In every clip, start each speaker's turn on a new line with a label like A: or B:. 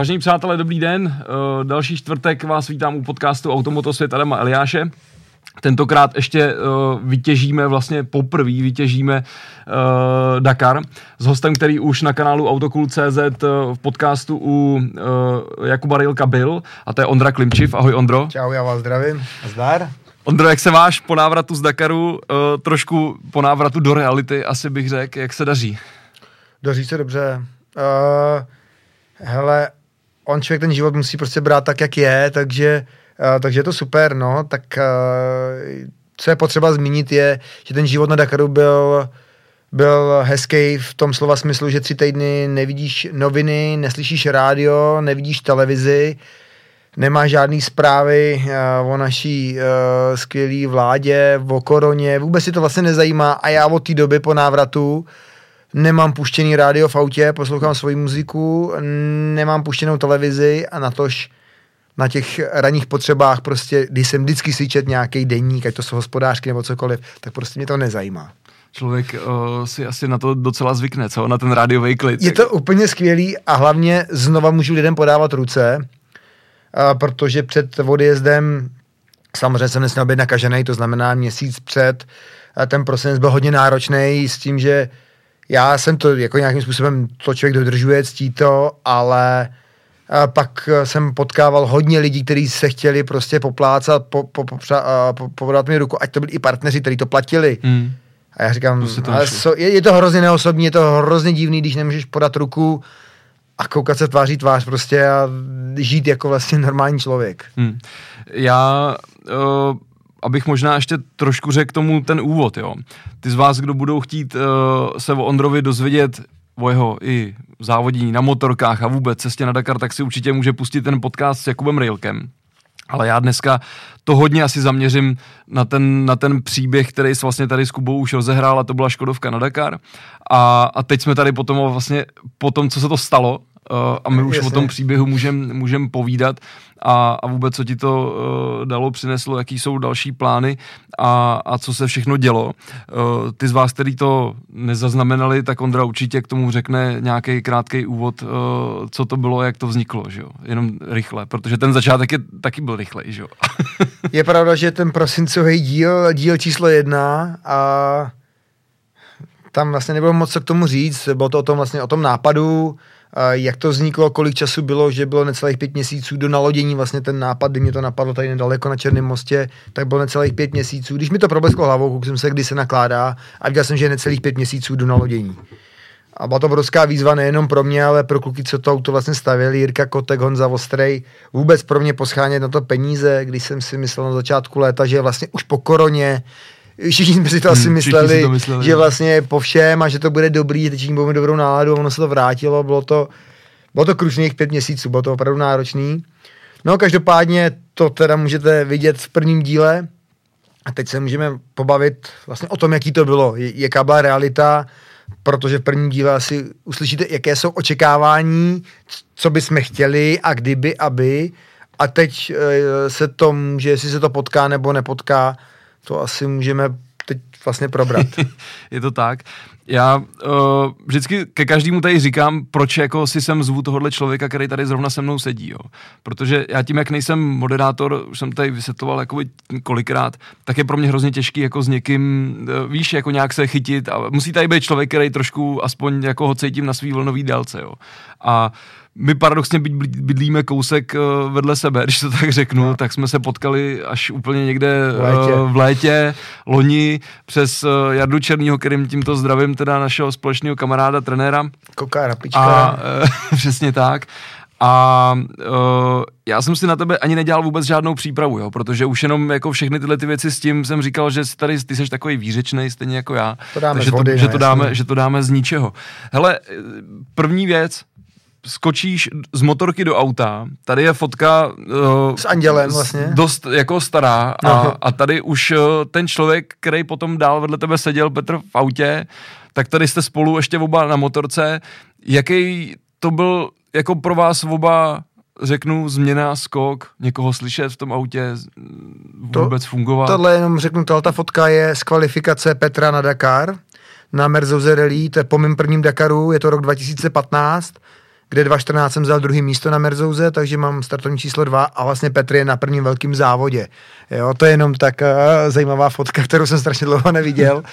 A: Vážení přátelé, dobrý den. Další čtvrtek vás vítám u podcastu Automotosvět Adama Eliáše. Tentokrát ještě vytěžíme Dakar s hostem, který už na kanálu Autocool.cz v podcastu u Jakuba Rejlka byl, a to je Ondra Klimčiv. Ahoj, Ondro.
B: Čau, já vás zdravím. Zdar.
A: Ondro, jak se máš po návratu z Dakaru, trošku po návratu do reality, asi bych řekl, jak se daří?
B: Daří se dobře. Hele, člověk ten život musí prostě brát tak, jak je, takže je to super, no. Tak co je potřeba zmínit je, že ten život na Dakaru byl hezký v tom slova smyslu, že 3 týdny nevidíš noviny, neslyšíš rádio, nevidíš televizi, nemáš žádný zprávy o naší skvělé vládě, o koroně, vůbec si to vlastně nezajímá a já od té doby po návratu nemám puštěný rádio v autě, poslouchám svoji muziku, nemám puštěnou televizi a natož na těch ranních potřebách prostě, když jsem vždycky si čet nějaký deník, ať to jsou hospodářky nebo cokoliv, tak prostě mě to nezajímá.
A: Člověk si asi na to docela zvykne, co? Na ten rádiový klid.
B: Je to úplně skvělý a hlavně znova můžu lidem podávat ruce, protože před odjezdem samozřejmě jsem nesměl být nakažený, to znamená měsíc před, ten prosinec byl hodně náročný s tím, že já jsem to jako nějakým způsobem, to člověk dodržuje, ctí to, ale pak jsem potkával hodně lidí, kteří se chtěli prostě poplácat, podat mi ruku, ať to byli i partneři, kteří to platili. A já říkám, je to hrozně neosobní, je to hrozně divný, když nemůžeš podat ruku a koukat se tváří tvář prostě a žít jako vlastně normální člověk.
A: Já... abych možná ještě trošku řekl tomu ten úvod, jo. Ty z vás, kdo budou chtít se o Ondrovi dozvědět o jeho i závodění na motorkách a vůbec cestě na Dakar, tak si určitě může pustit ten podcast s Jakubem Rejlkem. Ale já dneska to hodně asi zaměřím na ten příběh, který se vlastně tady s Kubou už rozehrál, a to byla Škodovka na Dakar. A teď jsme tady po tom, co se to stalo, a my už o tom příběhu můžem povídat a vůbec, co ti to dalo, přineslo, jaký jsou další plány a co se všechno dělo. Ty z vás, který to nezaznamenali, tak Ondra určitě k tomu řekne nějaký krátký úvod, co to bylo, jak to vzniklo, že jo? Jenom rychle, protože ten začátek taky byl rychlej, že jo?
B: Je pravda, že ten prosincový díl číslo 1 a tam vlastně nebylo moc co k tomu říct, bylo to o tom nápadu, jak to vzniklo, kolik času bylo, že bylo necelých 5 měsíců do nalodění, vlastně ten nápad, kdy mě to napadlo tady nedaleko na Černém mostě, tak bylo necelých 5 měsíců. Když mi to problesklo hlavou, koukal jsem se, kdy se nakládá a viděl jsem, že je necelých 5 měsíců do nalodění. A byla to obrovská výzva nejenom pro mě, ale pro kluky, co to auto vlastně stavěli, Jirka Kotek, Honza Ostrej, vůbec pro mě poschánět na to peníze, když jsem si myslel na začátku léta, že vlastně už po koroně všichni jsme si to asi mysleli, že vlastně po všem a že to bude dobrý, teď budeme mít dobrou náladu a ono se to vrátilo, bylo to krušných 5 měsíců, bylo to opravdu náročný. No každopádně to teda můžete vidět v prvním díle a teď se můžeme pobavit vlastně o tom, jaký to bylo, jaká byla realita, protože v prvním díle asi uslyšíte, jaké jsou očekávání, co bychom chtěli a kdyby, aby, a teď se to může, jestli se to potká nebo nepotká, to asi můžeme teď vlastně probrat.
A: Je to tak. Já vždycky ke každému tady říkám, proč jako si sem zvu tohohle člověka, který tady zrovna se mnou sedí, jo. Protože já tím, jak nejsem moderátor, už jsem tady vysvětloval jakoby kolikrát, tak je pro mě hrozně těžký jako s někým, víš, jako nějak se chytit a musí tady být člověk, který trošku aspoň jako ho cítím na svý vlnový délce, jo. A my paradoxně bydlíme kousek vedle sebe, když to tak řeknu, tak jsme se potkali až úplně někde v létě, loni, přes Jardu Černýho, kterým tímto zdravím, teda našeho společného kamaráda, trenéra.
B: Koká rapička.
A: A přesně tak. A já jsem si na tebe ani nedělal vůbec žádnou přípravu, jo, protože už jenom jako všechny tyhle ty věci s tím jsem říkal, že ty seš takový výřečnej, stejně jako já.
B: To dáme z vody,
A: že to dáme z ničeho. Hele, první věc, skočíš z motorky do auta, tady je fotka
B: s andělem vlastně.
A: Dost jako stará a tady už ten člověk, který potom dál vedle tebe seděl, Petr, v autě, tak tady jste spolu ještě oba na motorce. Jaký to byl jako pro vás oba, řeknu, změna, skok, někoho slyšet v tom autě, vůbec fungovat?
B: Tohle jenom řeknu, ta fotka je z kvalifikace Petra na Dakar, na Merzouze Rally, to je po mým prvním Dakaru, je to rok 2015, kde 2.14 jsem vzal druhý místo na Merzouze, takže mám startovní číslo 2 a vlastně Petr je na prvním velkým závodě. Jo, to je jenom tak zajímavá fotka, kterou jsem strašně dlouho neviděl.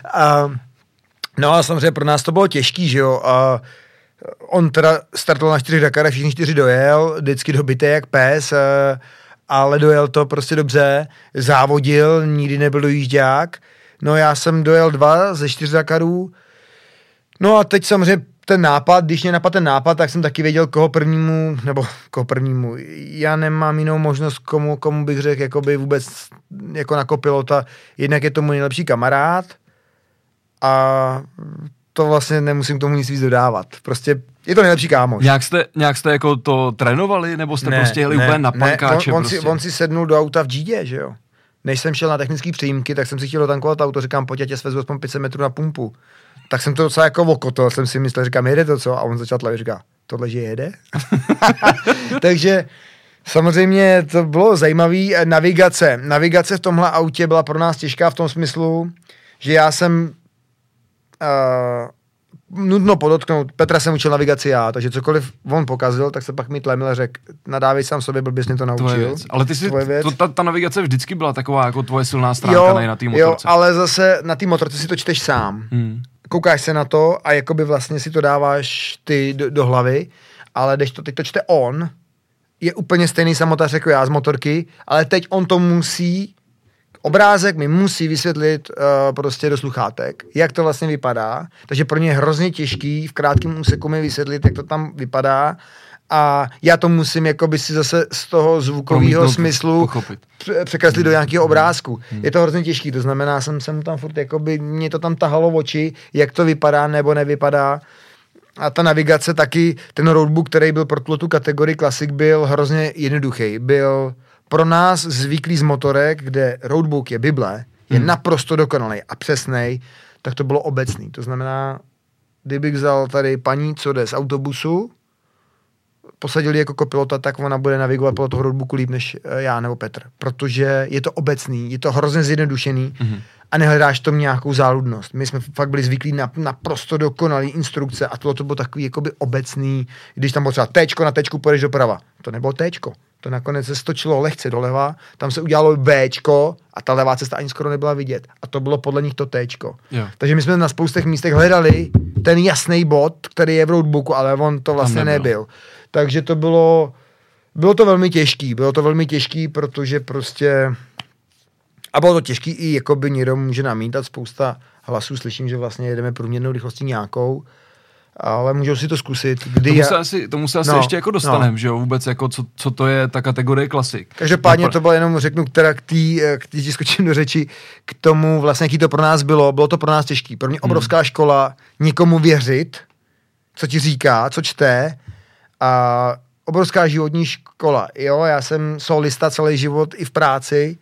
B: No a samozřejmě pro nás to bylo těžký, že jo. On teda startoval na 4 Dakarech, všichni 4 dojel, vždycky dobitý jak pes, ale dojel to prostě dobře, závodil, nikdy nebyl dojížďák. No já jsem dojel 2 ze 4 Dakarů. No a teď samozřejmě ten nápad, když mě napadl ten nápad, tak jsem taky věděl, koho prvnímu. Já nemám jinou možnost, komu bych řekl, jakoby vůbec jako na kopilota. Jednak je to můj nejlepší kamarád a to vlastně nemusím k tomu nic víc dodávat. Prostě je to nejlepší kámoš.
A: Nějak jste jako to trénovali, nebo jste prostě jeli úplně na pankáče?
B: On si sednul do auta v Gdě, že jo. Než jsem šel na technické přijímky, tak jsem si chtěl dotankovat auto, říkám, pojď, já tě svezu aspoň 500 metrů na pumpu. Tak jsem to docela jako okotol, jsem si myslel, říkám, jede to co? A on začal tlavit, říká, tohle, že jede? Takže samozřejmě to bylo zajímavý. Navigace v tomhle autě byla pro nás těžká v tom smyslu, že já jsem nutno podotknout, Petra jsem učil navigaci já, takže cokoliv on pokazil, tak se pak mi tlemil a řekl, nadávej sám sobě, blbě jsi mě to naučil.
A: Ale ty si, ta navigace vždycky byla taková jako tvoje silná stránka na té motorce.
B: Jo, ale zase na té motorce si to čteš sám. Koukáš se na to a jakoby vlastně si to dáváš ty do hlavy, ale teď to čte on, je úplně stejný samotář jako já z motorky, ale teď on to musí, obrázek mi musí vysvětlit prostě do sluchátek, jak to vlastně vypadá, takže pro ně je hrozně těžký v krátkém úseku mi vysvětlit, jak to tam vypadá a já to musím jakoby si zase z toho zvukového smyslu překreslit do nějakého obrázku. Je to hrozně těžký, to znamená, jsem tam furt jakoby, mě to tam tahalo v oči, jak to vypadá nebo nevypadá. A ta navigace taky, ten roadbook, který byl pro tu kategorii Classic, byl hrozně jednoduchý. Byl pro nás zvyklý z motorek, kde roadbook je Bible, je naprosto dokonalý a přesnej, tak to bylo obecný. To znamená, kdybych vzal tady paní, co jde z autobusu, posadili jako kopilota, tak ona bude navigovat podle toho roadbooku líp než já nebo Petr. Protože je to obecný, je to hrozně zjednodušený a nehledáš tom nějakou záludnost. My jsme fakt byli zvyklí na naprosto dokonalý instrukce a tohle to bylo takový jakoby obecný, když tam bylo třeba téčko, na téčku pojedeš doprava. To nebylo téčko. To nakonec se stočilo lehce doleva, tam se udělalo Bčko a ta levá cesta ani skoro nebyla vidět. A to bylo podle nich to Tčko. Jo. Takže my jsme na spoustech místech hledali ten jasný bod, který je v roadbooku, ale on to vlastně nebyl. Takže to bylo to velmi těžký, protože prostě a bylo to těžký i jakoby někdo může namítat, spousta hlasů slyším, že vlastně jedeme průměrnou rychlostí nějakou, ale můžou si to zkusit.
A: Tomu se asi ještě jako dostaneme, že jo, vůbec jako co to je ta kategorie Classic.
B: Každopádně to bylo jenom, řeknu, k tý skočím do řeči, k tomu vlastně, jaký to pro nás bylo to pro nás těžký. Pro mě obrovská škola, někomu věřit, co ti říká, co čte, a obrovská životní škola. Jo, já jsem solista celý život i v práci.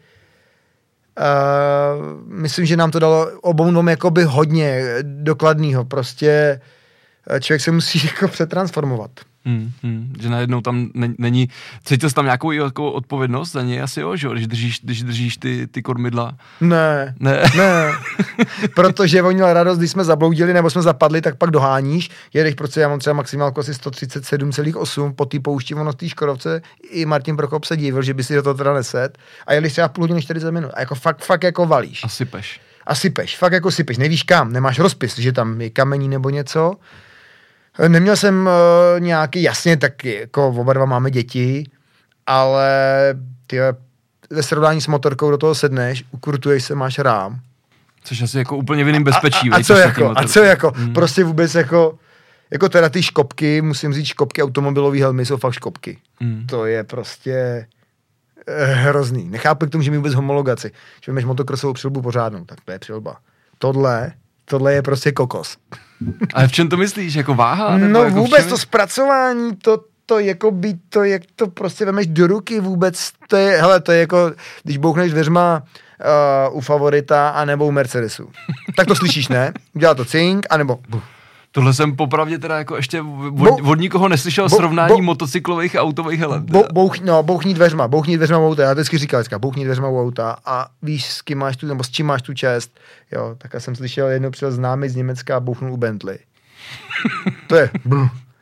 B: Myslím, že nám to dalo obou jakoby hodně dokladného. Prostě člověk se musí jako přetransformovat.
A: Že najednou tam není, cítil jsi tam nějakou jako odpovědnost za něj asi, jo, že když držíš ty kormidla?
B: Ne. Protože on měl radost, když jsme zabloudili nebo jsme zapadli, tak pak doháníš, jedeš, protože já mám třeba maximálku asi 137,8 po té poušti, ono v té Škodovce, i Martin Prokop se divil, že by si do toho teda neset a jeli třeba půl hodiny 40 minut a jako fakt jako valíš. A sypeš, fakt jako sypeš, nevíš kam, nemáš rozpis, že tam je kamení nebo něco. Neměl jsem nějaký, jasně, tak jako oba dva máme děti, ale ve srovnání s motorkou do toho sedneš, ukurtuješ se, máš rám.
A: Což asi jako úplně v jiném bezpečí.
B: A co jako? Prostě vůbec jako teda ty škopky, musím říct, škopky automobilový helmy jsou fakt škopky. To je prostě hrozný. Nechápu k tomu, že mi vůbec homologaci. Že máš motokrosovou přilbu pořádnou, tak to je přilba. Tohle je prostě kokos.
A: Ale v čem to myslíš? Jako váha?
B: No
A: jako
B: vůbec to zpracování, jak to prostě vemeš do ruky vůbec, to je jako, když bouchneš dveřma u Favorita anebo u Mercedesu. Tak to slyšíš, ne? Dělá to cink, anebo...
A: Tohle jsem popravdě teda jako ještě od nikoho neslyšel srovnání motocyklových a autových helem.
B: Bouchni dveřma u auta, já vždycky říkal, bouchni dveřma u auta a víš, s kým máš nebo s čím máš tu čest. Jo, tak já jsem slyšel, jednou přijel známý z Německa a bouchnul u Bentley. To je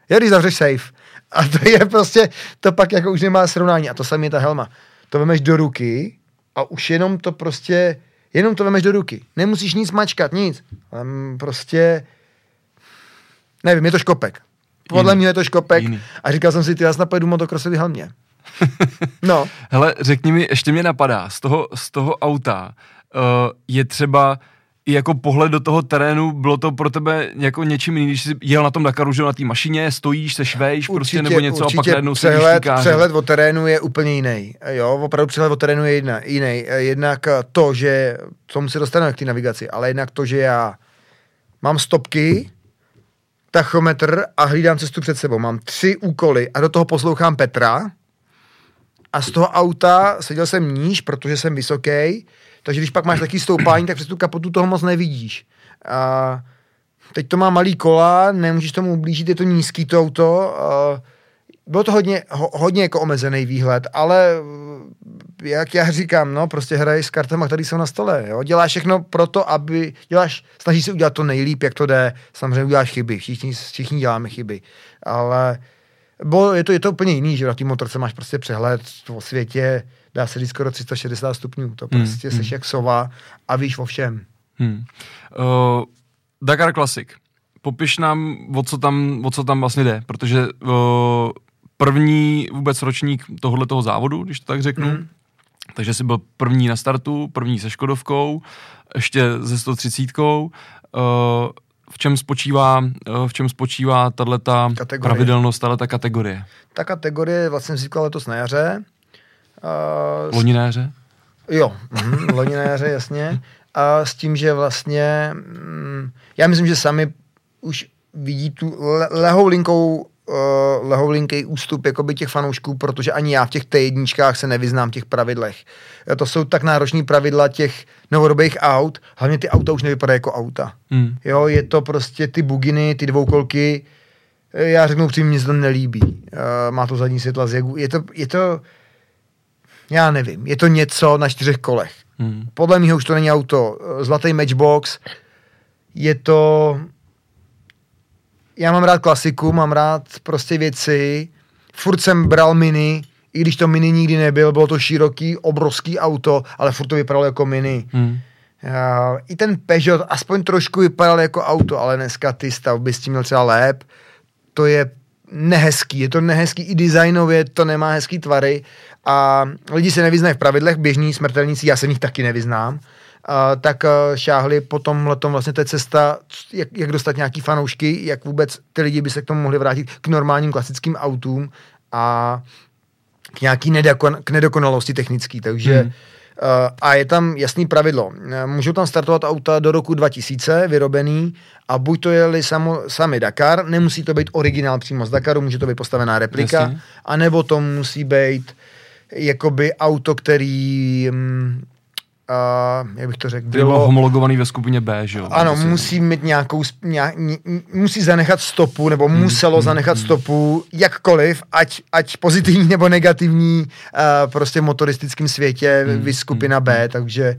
B: Když zavřeš safe. A to je prostě, to pak jako už nemá srovnání. A to samé je ta helma. To vemeš do ruky a už jenom to vemeš do ruky. Nemusíš nic mačkat, nic. Prostě, nevím, je to škopek. Podle mě je to škopek. A říkal jsem si, já snad pojedu motokrosový helmě. No.
A: Hele, řekni mi, ještě mě napadá, z toho auta je třeba i jako pohled do toho terénu, bylo to pro tebe jako něčím jiným, když jsi jel na tom Dakaru, že na té mašině, stojíš, se švejš, prostě nebo něco a pak najednou se
B: přehled o terénu je úplně jiný. Jo, opravdu přehled o terénu je jiný. Jednak to, že, tomu se dostaneme k té navigaci, ale jednak to, že já mám stopky, tachometr a hlídám cestu před sebou. Mám 3 úkoly a do toho poslouchám Petra a z toho auta seděl jsem níž, protože jsem vysoký. Takže když pak máš taky stoupání, tak přes tu kapotu toho moc nevidíš. A teď to má malý kola, nemůžeš tomu ublížit, je to nízký to auto. Bylo to hodně jako omezený výhled, ale jak já říkám, no, prostě hraješ s kartama, které jsou na stole. Jo? Děláš všechno pro to, snažíš se udělat to nejlíp, jak to jde. Samozřejmě uděláš chyby, všichni děláme chyby. Ale je to úplně jiný, že na té motorce máš prostě přehled o světě, dá se říct skoro 360 stupňů. To prostě seš jak sova a víš o všem.
A: Dakar Classic. Popiš nám, o co tam vlastně jde, protože první vůbec ročník tohoto závodu, když to tak řeknu, takže jsi byl první na startu, první se Škodovkou, ještě se 130. V čem spočívá tato pravidelnost, tato kategorie?
B: Ta kategorie vlastně vznikla letos na jaře.
A: Loni na jaře?
B: Jo, loni na jaře, jasně. A s tím, že vlastně, já myslím, že sami už vidí tu lehoulinký ústup jakoby těch fanoušků, protože ani já v těch T1 se nevyznám v těch pravidlech. To jsou tak náročný pravidla těch novodobých aut, hlavně ty auta už nevypadají jako auta. Jo, je to prostě ty buginy, ty dvoukolky, já řeknu přímě, mně se to nelíbí. Má to zadní světla z jegu. Je to já nevím, je to něco na 4 kolech. Podle mého už to není auto. Zlatý Matchbox, je to... Já mám rád klasiku, mám rád prostě věci. Furt jsem bral Mini, i když to Mini nikdy nebyl, bylo to široký, obrovský auto, ale furt to vypadalo jako Mini. I ten Peugeot aspoň trošku vypadal jako auto, ale dneska ty stavby s tím měl třeba lép. To je nehezký, je to nehezký i designově, to nemá hezký tvary a lidi se nevyznají v pravidlech, běžní smrtelníci, já se v nich taky nevyznám, tak šáhli po tomhletom vlastně té cesta, jak dostat nějaký fanoušky, jak vůbec ty lidi by se k tomu mohli vrátit k normálním klasickým autům a k nějaký nedokonalosti technický, takže a je tam jasný pravidlo. Můžou tam startovat auta do roku 2000 vyrobený a buď to jeli sami Dakar, nemusí to být originál přímo z Dakaru, může to být postavená replika, anebo to musí být jakoby auto, který jak bych to řekl,
A: bylo homologovaný ve skupině B, že jo?
B: Ano, musí mít musí zanechat stopu, nebo muselo zanechat stopu, jakkoliv, ať pozitivní nebo negativní, prostě v motoristickém světě, skupina B, takže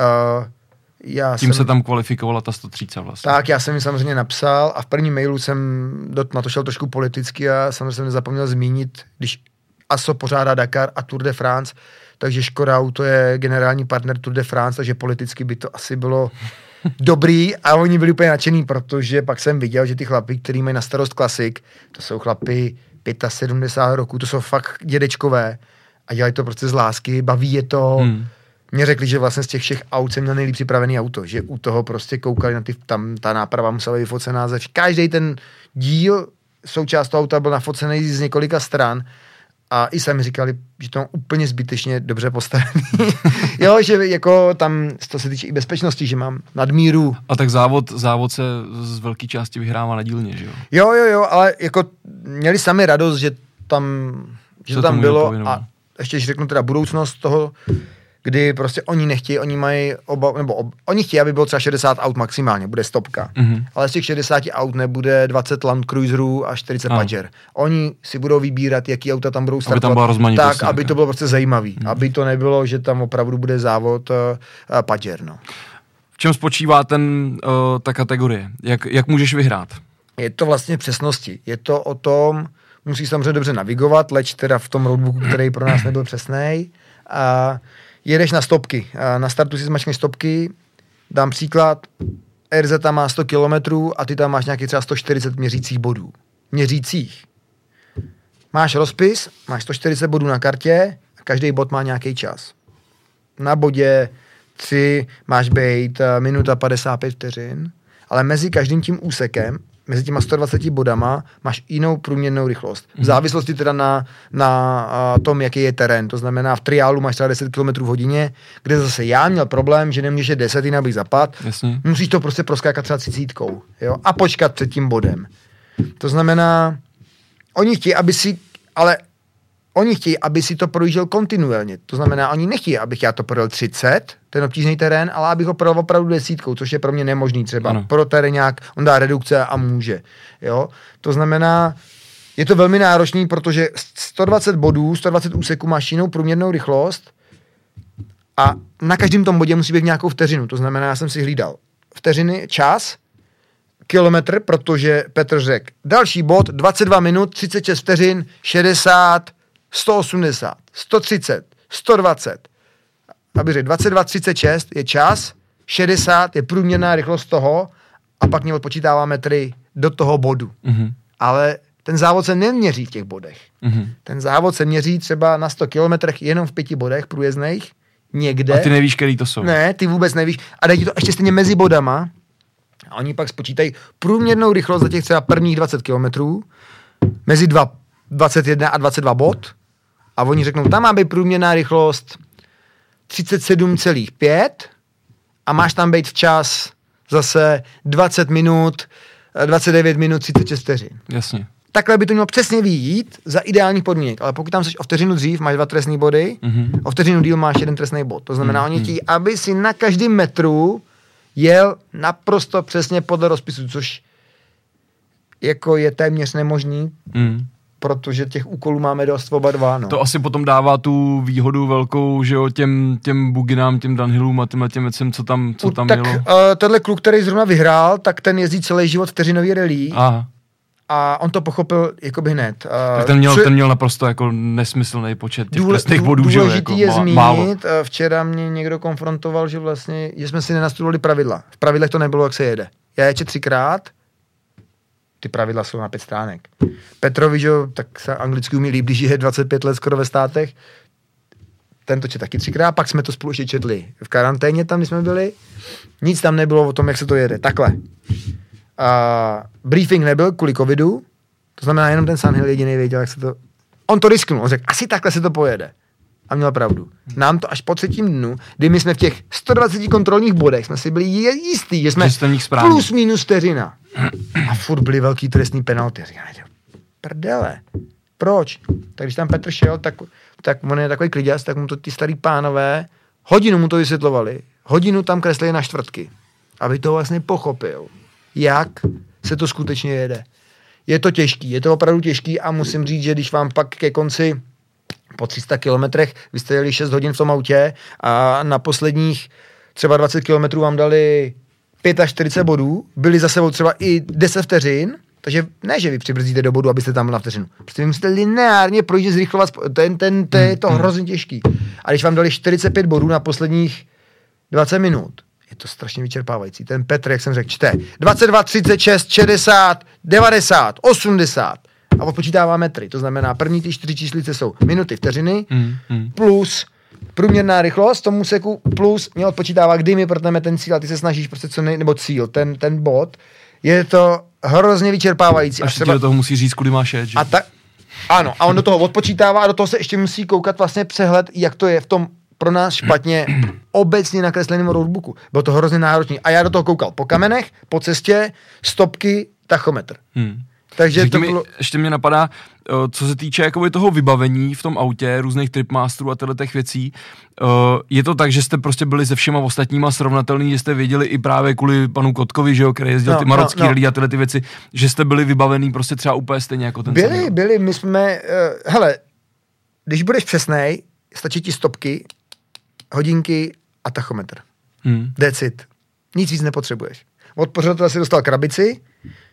A: se tam kvalifikovala ta 130 vlastně.
B: Tak, já jsem ji samozřejmě napsal a v prvním mailu jsem na to šel trošku politicky a samozřejmě jsem nezapomněl zmínit, když ASO pořádá Dakar a Tour de France, takže Škoda Auto je generální partner Tour de France, takže politicky by to asi bylo dobrý a oni byli úplně nadšený, protože pak jsem viděl, že ty chlapi, který mají na starost klasik, to jsou chlapi 75 roků, to jsou fakt dědečkové a dělají to prostě z lásky, baví je to. Mně řekli, že vlastně z těch všech aut jsem měl nejlíp připravený auto, že u toho prostě koukali na tam ta náprava musela být focená ze každý ten díl, součást toho auta byl nafocený z několika stran. A i sami říkali, že to mám úplně zbytečně dobře postavený. Jo, že jako tam, to se týče i bezpečnosti, že mám nadmíru.
A: A tak závod se z velké části vyhrává na dílně, že jo?
B: Jo, ale jako měli sami radost, že to tam bylo a ještě, když řeknu teda budoucnost toho, kdy prostě oni nechtějí, oni mají oni chtějí, aby bylo třeba 60 aut maximálně, bude stopka. Ale z těch 60 aut nebude 20 Land Cruiserů a 40 Pajero. Oni si budou vybírat, jaký auta tam budou startovat, tak, aby to bylo prostě zajímavý. Aby to nebylo, že tam opravdu bude závod Pajero. No.
A: V čem spočívá ta kategorie? Jak můžeš vyhrát?
B: je to vlastně přesnosti. Je to o tom, musíš samozřejmě dobře navigovat, leč teda v tom roadbooku, který pro nás nebyl přesnej. A jedeš na stopky. A na startu si zmačkneš stopky, dám příklad, RZ tam má 100 kilometrů a ty tam máš nějakých třeba 140 měřících bodů. Měřících. Máš rozpis, máš 140 bodů na kartě a každý bod má nějaký čas. Na bodě 3 máš být minuta 55 vteřin, ale mezi každým tím úsekem, mezi těma 120 bodama, máš jinou průměrnou rychlost. V závislosti teda na tom, jaký je terén. To znamená, v triálu máš třeba 10 km v hodině, kde zase já měl problém, že nemůžeš 10, jinak bych zapad. Jasně. Musíš to prostě proskákat třeba 30, jo? A počkat před tím bodem. To znamená, oni chtějí, aby si to projížděl kontinuálně. To znamená, oni nechtějí, abych já to projel 30, ten obtížný terén, ale abych ho projel opravdu 10, což je pro mě nemožný třeba. Ano. Pro terénák on dá redukce a může. Jo? To znamená, je to velmi náročný, protože 120 bodů, 120 úseků máš jinou průměrnou rychlost a na každém tom bodě musí být nějakou vteřinu. To znamená, já jsem si hlídal vteřiny, čas, kilometr, protože Petr řekl, další bod, 22 minut, 36 vteřin, 60, 180, 130, 120. Aby řekl, 22, 36 je čas, 60 je průměrná rychlost toho a pak mě odpočítává metry do toho bodu. Mm-hmm. Ale ten závod se neměří v těch bodech. Mm-hmm. Ten závod se měří třeba na 100 kilometrech jenom v 5 bodech průjezdných, někde.
A: A ty nevíš, který to jsou.
B: Ne, ty vůbec nevíš. A dají ti to ještě stejně mezi bodama. A oni pak spočítají průměrnou rychlost za těch třeba prvních 20 kilometrů mezi 21 a 22 bod a oni řeknou, tam má být průměrná rychlost 37,5 a máš tam být včas zase 20 minut, 29 minut, 36 vteřin.
A: Jasně.
B: Takhle by to mělo přesně vyjít za ideálních podmínek, ale pokud tam jsi o vteřinu dřív, máš 2 trestný body, o vteřinu díl máš 1 trestný bod. To znamená, oni chtějí, aby si na každém metru jel naprosto přesně podle rozpisu, což jako je téměř nemožný, protože těch úkolů máme dost oba dva. No.
A: To asi potom dává tu výhodu velkou, že jo, těm buginám, těm downhillům a těm věcem, co tam
B: tak,
A: jelo.
B: Tenhle kluk, který zrovna vyhrál, tak ten jezdí celý život vteřinový rally.
A: Aha.
B: A on to pochopil jakoby hned.
A: Ten měl naprosto jako nesmyslný počet těch trestných bodů, že jo, jako
B: je zmínit, včera mě někdo konfrontoval, že vlastně, že jsme si nenastudovali pravidla. V pravidlech to nebylo, jak se jede. Já je 3krát, ty pravidla jsou na 5 stránek. Petrovi, že jo, tak se anglicky umí líp, když je 25 let skoro ve státech, ten to čet taky 3krát, pak jsme to spolu ještě četli v karanténě tam, když jsme byli. Nic tam nebylo o tom, jak se to jede. Takhle. Briefing nebyl kvůli covidu, to znamená jenom ten Sunhill jediný věděl, jak se to... On to risknul, on řekl, asi takhle se to pojede. A měl pravdu. Nám to až po 3. dnu, kdy my jsme v těch 120 kontrolních bodech, jsme si byli jistí, že jsme plus minus vteřina. A furt byly velký trestný penalty. Říkám, prdele, proč? Tak když tam Petr šel, tak on je takový kliděs, tak mu to ty starý pánové, hodinu mu to vysvětlovali, hodinu tam kreslili na čtvrtky, aby to vlastně pochopil, jak se to skutečně jede. Je to těžký, je to opravdu těžký a musím říct, že když vám pak ke konci po 300 kilometrech, vy jste jeli 6 hodin v tom autě a na posledních třeba 20 kilometrů vám dali 45 bodů, byli za sebou třeba i 10 vteřin, takže ne, že vy přibrzdíte do bodu, abyste tam byl na vteřinu. Prostě vy musíte lineárně projít, zrychlovat, to je to hrozně těžký. A když vám dali 45 bodů na posledních 20 minut, je to strašně vyčerpávající. Ten Petr, jak jsem řekl, čte 22, 36, 60, 90, 80 a odpočítává metry. To znamená, první ty 4 číslice jsou minuty, vteřiny plus průměrná rychlost tomu seku plus mě odpočítává, kdy my protneme ten cíl a ty se snažíš prostě nebo cíl, ten bod. Je to hrozně vyčerpávající.
A: Až třeba do toho musí říct, kudy máš jet, že?
B: Ano, a on do toho odpočítává a do toho se ještě musí koukat vlastně přehled, jak to je v tom pro nás špatně obecně nakresleným roadbooku. Bylo to hrozně náročný. A já do toho koukal po kamenech, po cestě, stopky, tachometr. Takže to bylo...
A: Ještě mě napadá, co se týče jakoby toho vybavení v tom autě, různých tripmasterů a těch věcí, je to tak, že jste prostě byli se všema ostatníma srovnatelný, že jste věděli i právě kvůli panu Kotkovi, že jo, který jezdil ty marocký rally a ty věci, že jste byli vybavený prostě třeba úplně stejně jako ten
B: Byli, my jsme, hele, když budeš přesnej, stačí ti stopky, hodinky a tachometr. That's it. Nic víc nepotřebuješ. Od pořadatele si dostal krabici,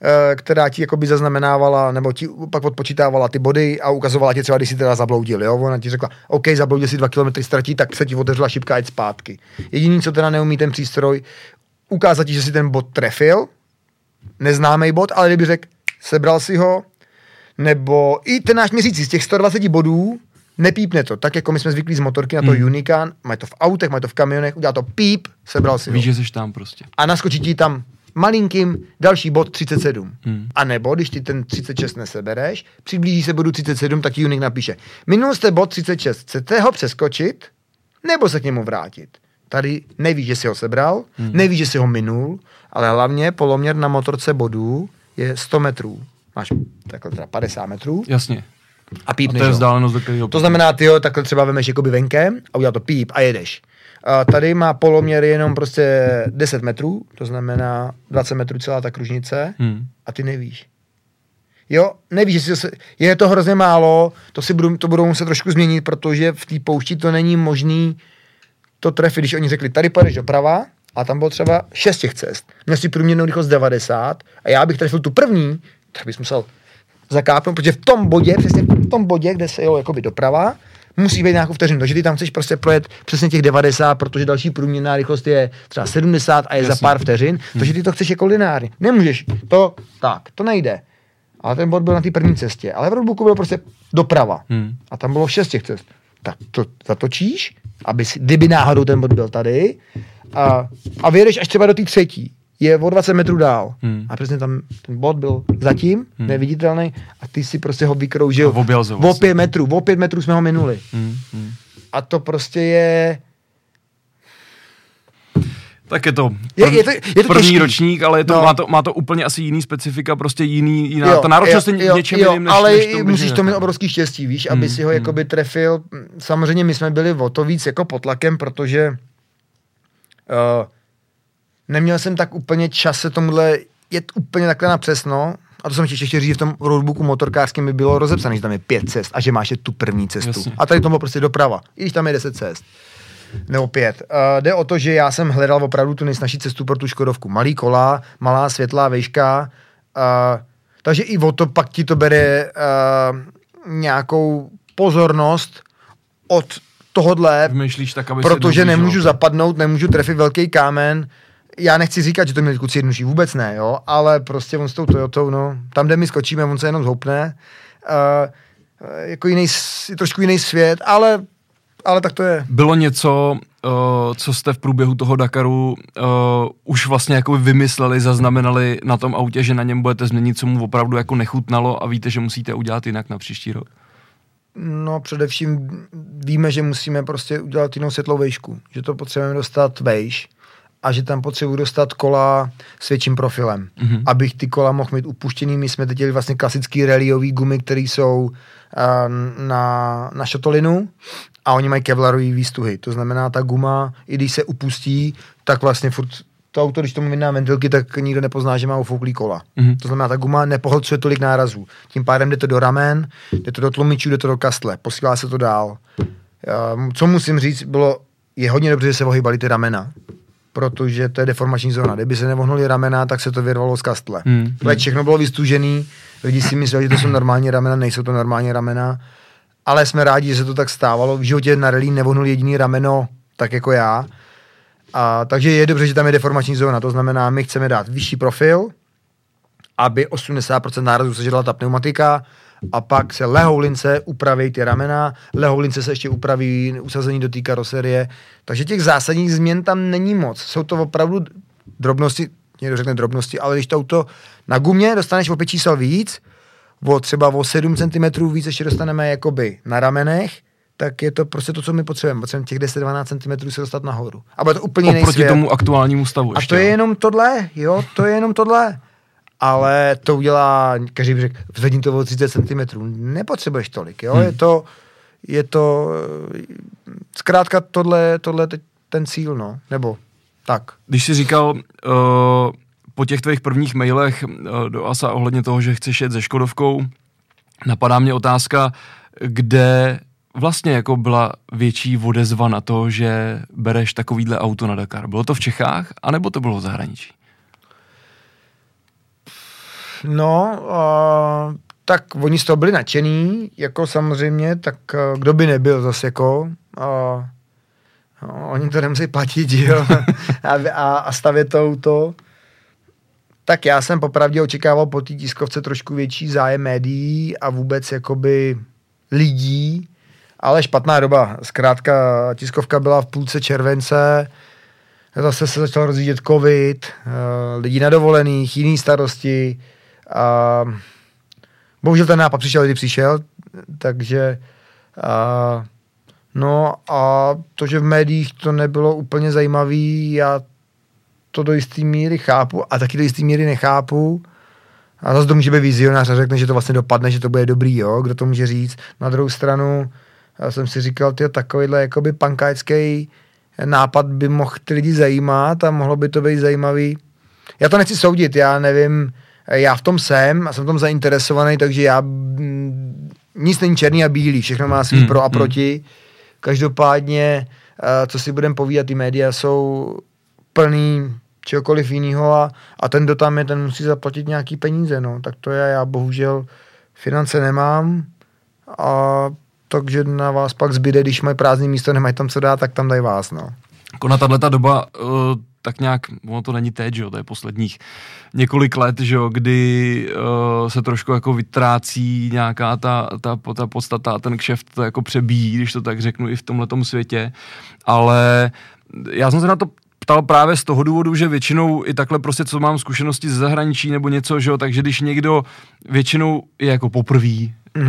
B: která ti jakoby zaznamenávala, nebo ti pak odpočítávala ty body a ukazovala ti třeba, když jsi teda zabloudil, jo? Ona ti řekla, OK, zabloudil si 2 kilometry ztratí, tak se ti otevřela šipka a jít zpátky. Jediný, co teda neumí ten přístroj, ukázat ti, že si ten bod trefil, neznámý bod, ale kdyby řekl, sebral si ho, nebo i ten náš měsíc z těch 120 bodů, nepípne to, tak jako my jsme zvyklí z motorky na to Unican, mají to v autech, mají to v kamionech, udělá to píp, sebral si ho.
A: Víš, že jsi tam prostě.
B: A naskočí ti tam malinkým další bod 37. A nebo, když ty ten 36 nesebereš, přiblíží se bodu 37, tak Unique napíše, minul jste bod 36, chcete ho přeskočit, nebo se k němu vrátit? Tady nevíš, že jsi ho sebral, nevíš, že jsi ho minul, ale hlavně poloměr na motorce bodů je 100 metrů. Máš takhle teda 50 metrů.
A: Jasně.
B: A pípneš.
A: A to je vzdálenost, do kterého...
B: To znamená, ty jo, takhle třeba vemeš jakoby venkem a udělá to píp a jedeš. A tady má poloměr jenom prostě 10 metrů, to znamená 20 metrů celá ta kružnice a ty nevíš. Jo, nevíš, jestli je to hrozně málo, to budou muset trošku změnit, protože v té poušti to není možný to trefit, když oni řekli, tady pojedeš doprava a tam bylo třeba 6 těch cest. Měl si průměrnou rychlost 90 a já bych trefil tu první, tak bys musel zakápnout, protože v tom bodě, přesně v tom bodě, kde se jelo jakoby doprava, musí být nějakou vteřinu, takže ty tam chceš prostě projet přesně těch 90, protože další průměrná rychlost je třeba 70 a je za pár vteřin, takže ty to chceš jako lineárně. Nemůžeš, to nejde. Ale ten bod byl na té první cestě, ale v roadbooku byl prostě doprava a tam bylo 6 těch cest. Tak to zatočíš, kdyby náhodou ten bod byl tady a vyjedeš až třeba do té třetí. Je o 20 metrů dál. A přesně tam ten bod byl zatím, neviditelný, a ty si prostě ho vykroužil o 5 metrů. O 5 metrů jsme ho minuli. A to prostě je...
A: Tak je to první
B: těžký.
A: ročník, ale má to úplně asi jiný specifika, prostě jiná ta náročnost je něčem jiným, než
B: ale
A: než to
B: musíš to mít obrovský štěstí, víš, aby si ho jakoby trefil. Samozřejmě my jsme byli o to víc jako pod tlakem, protože neměl jsem tak úplně čas se tomuhle jet úplně takhle na přesno. A to jsem ještě chtěl říct, že v tom roadbooku motorkářském by bylo rozepsané, že tam je 5 cest a že máš tu první cestu.
A: Jasně.
B: A tady to bylo prostě doprava, i když tam je 10 cest. Nebo 5. Jde o to, že já jsem hledal opravdu tu nejsnažší cestu pro tu Škodovku. Malý kola, malá světlá vejška, takže i o to pak ti to bere nějakou pozornost od tohodle,
A: tak, aby
B: protože nemůžu zapadnout, nemůžu trefit velký kámen. Já nechci říkat, že to měli kluci jednodušší, vůbec ne, jo, ale prostě on s tou Toyotou, no, tam, kde my skočíme, on se jenom zhoupne, jako trošku jiný svět, ale tak to je.
A: Bylo něco, co jste v průběhu toho Dakaru už vlastně jako vymysleli, zaznamenali na tom autě, že na něm budete změnit, co mu opravdu jako nechutnalo a víte, že musíte udělat jinak na příští rok?
B: No především víme, že musíme prostě udělat jinou světlou vejšku, že to potřebujeme dostat vejš a že tam potřebuji dostat kola s větším profilem, abych ty kola mohl mít upuštěný. My jsme teď dělali vlastně klasický rallyový gumy, které jsou na šotolinu a oni mají kevlarový výstuhy. To znamená, ta guma, i když se upustí, tak vlastně furt to auto, když tomu vyndá ventilky, tak nikdo nepozná, že má ufouklý kola. To znamená, ta guma nepohlcuje tolik nárazů. Tím pádem jde to do ramen, jde to do tlumičů, jde to do kastle, posílá se to dál. Co musím říct, je hodně dobře, že se ohýbaly ty ramena, protože to je deformační zóna. Kdyby se nevohnuli ramena, tak se to vyrvalo z kastle. Všechno bylo vystužený, lidi si mysleli, že to jsou normální ramena, nejsou to normální ramena, ale jsme rádi, že se to tak stávalo. V životě na rally nevohnul jediný rameno, tak jako já. Takže je dobře, že tam je deformační zóna. To znamená, my chceme dát vyšší profil, aby 80% nárazů sežrala ta pneumatika, a pak se lehoulince upraví ty ramena, lehoulince se ještě upraví usazení do té karoserie. Takže těch zásadních změn tam není moc. Jsou to opravdu drobnosti, někdo řekne drobnosti, ale když to auto na gumě dostaneš o 5 čísel víc, třeba o 7 cm víc ještě dostaneme jakoby na ramenech, tak je to prostě to, co my potřebujeme. Potřebujeme těch 10-12 cm se dostat nahoru. A bude to úplně jiný svět.
A: Oproti tomu aktuálnímu stavu.
B: A to je jenom tohle, jo, to je jenom tohle. Ale to udělá, každý by řekl, vzvedni to o 30 cm. Nepotřebuješ tolik, jo, je to zkrátka tohle ten cíl, no, nebo tak.
A: Když jsi říkal po těch tvých prvních mailech do ASA ohledně toho, že chceš jet se Škodovkou, napadá mě otázka, kde vlastně jako byla větší odezva na to, že bereš takovýhle auto na Dakar. Bylo to v Čechách, anebo to bylo v zahraničí?
B: No, tak oni z toho byli nadšený, jako samozřejmě, tak kdo by nebyl zase jako... oni to nemusí platit, jo, a stavět to auto. Tak já jsem popravdě očekával po té tiskovce trošku větší zájem médií a vůbec jakoby lidí, ale špatná doba. Zkrátka tiskovka byla v půlce července, zase se začal rozjíždět covid, lidi na dovolených, jiný starosti a bohužel ten nápad přišel, kdy přišel, takže no a to, že v médiích to nebylo úplně zajímavý, já to do jisté míry chápu a taky do jisté míry nechápu. A zase to může být vizionář a řekne, že to vlastně dopadne, že to bude dobrý, jo? Kdo to může říct. Na druhou stranu já jsem si říkal, takovýhle jakoby pankáčský nápad by mohl ty lidi zajímat a mohlo by to být zajímavý. Já to nechci soudit, já nevím, já v tom jsem a jsem v tom zainteresovaný, takže já nic není černý a bílý, všechno má svý pro a proti. Každopádně, co si budeme povídat, ty média jsou plný čehokoliv jiného a ten, kdo tam je, ten musí zaplatit nějaký peníze, no. Tak to je, já bohužel finance nemám a takže na vás pak zbyde, když mají prázdné místo, nemají tam co dát, tak tam dají vás, no.
A: Jako na tato doba tak nějak, ono to není teď, že jo, to je posledních několik let, že jo, kdy se trošku jako vytrácí nějaká ta podstata, ten kšeft to jako přebíjí, když to tak řeknu, i v tomhletom světě, ale já jsem se na to ptal právě z toho důvodu, že většinou i takhle prostě, co mám zkušenosti ze zahraničí nebo něco, že jo, takže když někdo většinou je jako poprvý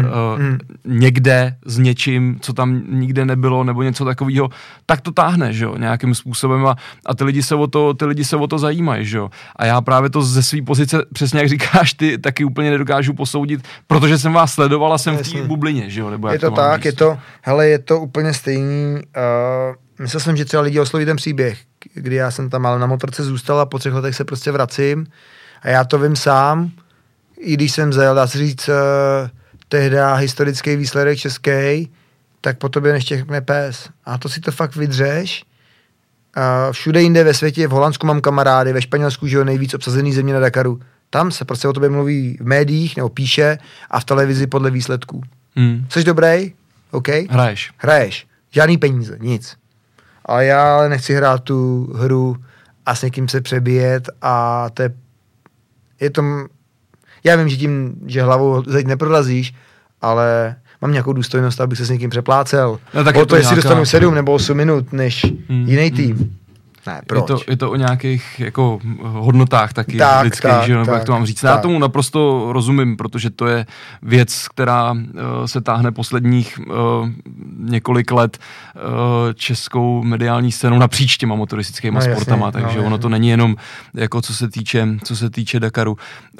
A: někde s něčím, co tam nikde nebylo, nebo něco takového, tak to táhne, že jo, nějakým způsobem a ty lidi se o to zajímají, že jo. A já právě to ze své pozice, přesně jak říkáš ty, taky úplně nedokážu posoudit, protože jsem vás sledoval a jsem v té bublině, že jo, nebo jak
B: je to tak, je to úplně stejný. Myslel jsem, že třeba lidi osloví ten příběh, kdy já jsem tam ale na motorce zůstal a po 3 letech se prostě vracím a já to vím sám, i když jsem zajel, dá se říct, tehda historický výsledek český, tak po tobě neštěkne pes. A to si to fakt vydřeš. Všude jinde ve světě, v Holandsku mám kamarády, ve Španělsku, že jo, nejvíc obsazený země na Dakaru. Tam se prostě o tobě mluví v médiích nebo píše a v televizi podle výsledků. Jseš dobrý? OK? Hraješ. Žádný peníze, nic. A já ale nechci hrát tu hru a s někým se přebíjet a je to... Já vím, že tím, že hlavou zeď neprorazíš, ale mám nějakou důstojnost, abych se s někým přeplácel. No, tak to jestli dostanu 7 nebo 8 minut, než jiný tým. Ne, proč?
A: Je to o nějakých jako hodnotách taky lidských, že nebo jak to mám říct. Já tomu naprosto rozumím, protože to je věc, která se táhne posledních několik let českou mediální scénou napříč těma motoristickýma sportama, takže ono to není jenom jako co se týče Dakaru.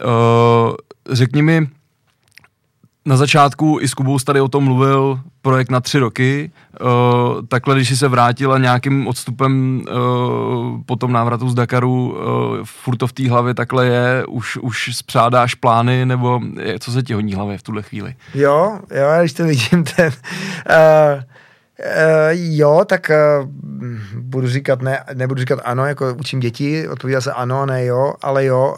A: Řekni mi, na začátku i s Kubou tady o tom mluvil, projekt na 3 roky, takhle když jsi se vrátila nějakým odstupem po tom návratu z Dakaru, furt to v té hlavě takhle je, už spřádáš plány, nebo co se ti hodí hlavě v tuhle chvíli?
B: Jo, když to vidím, tak budu říkat ne, nebudu říkat ano, jako učím děti, odpovídá se ano, ne jo, ale jo.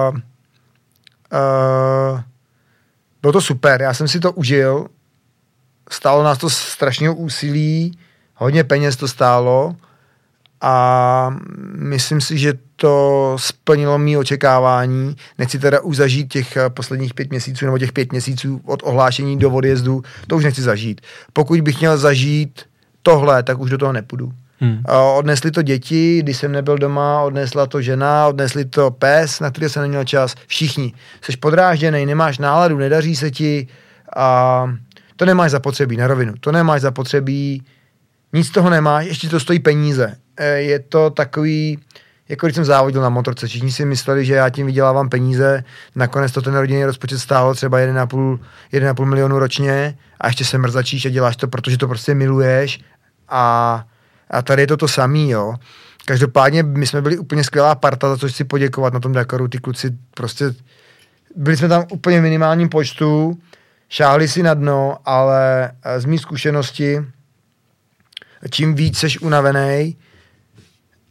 B: Bylo to super, já jsem si to užil, stálo nás to strašného úsilí, hodně peněz to stálo a myslím si, že to splnilo mý očekávání. Nechci teda už zažít těch posledních 5 měsíců nebo těch 5 měsíců od ohlášení do odjezdu, to už nechci zažít. Pokud bych měl zažít tohle, tak už do toho nepůjdu. Odnesli to děti, když jsem nebyl doma, odnesla to žena, odnesli to pes, na který jsem neměl čas. Všichni. Jseš podrážděnej, nemáš náladu, nedaří se ti a to nemáš zapotřebí, na rovinu. To nemáš zapotřebí, nic z toho nemáš, ještě to stojí peníze. Je to takový, jako když jsem závodil na motorce. Všichni si mysleli, že já tím vydělávám peníze, nakonec to ten rodinný rozpočet stálo třeba 1,5 milionu ročně a ještě se mrzačíš a děláš to, protože to prostě miluješ a tady je to samý, jo. Každopádně my jsme byli úplně skvělá parta, za což chci poděkovat na tom Dakaru. Ty kluci prostě, byli jsme tam úplně v minimálním počtu, šáhli si na dno, ale z mý zkušenosti, čím víc seš unavenej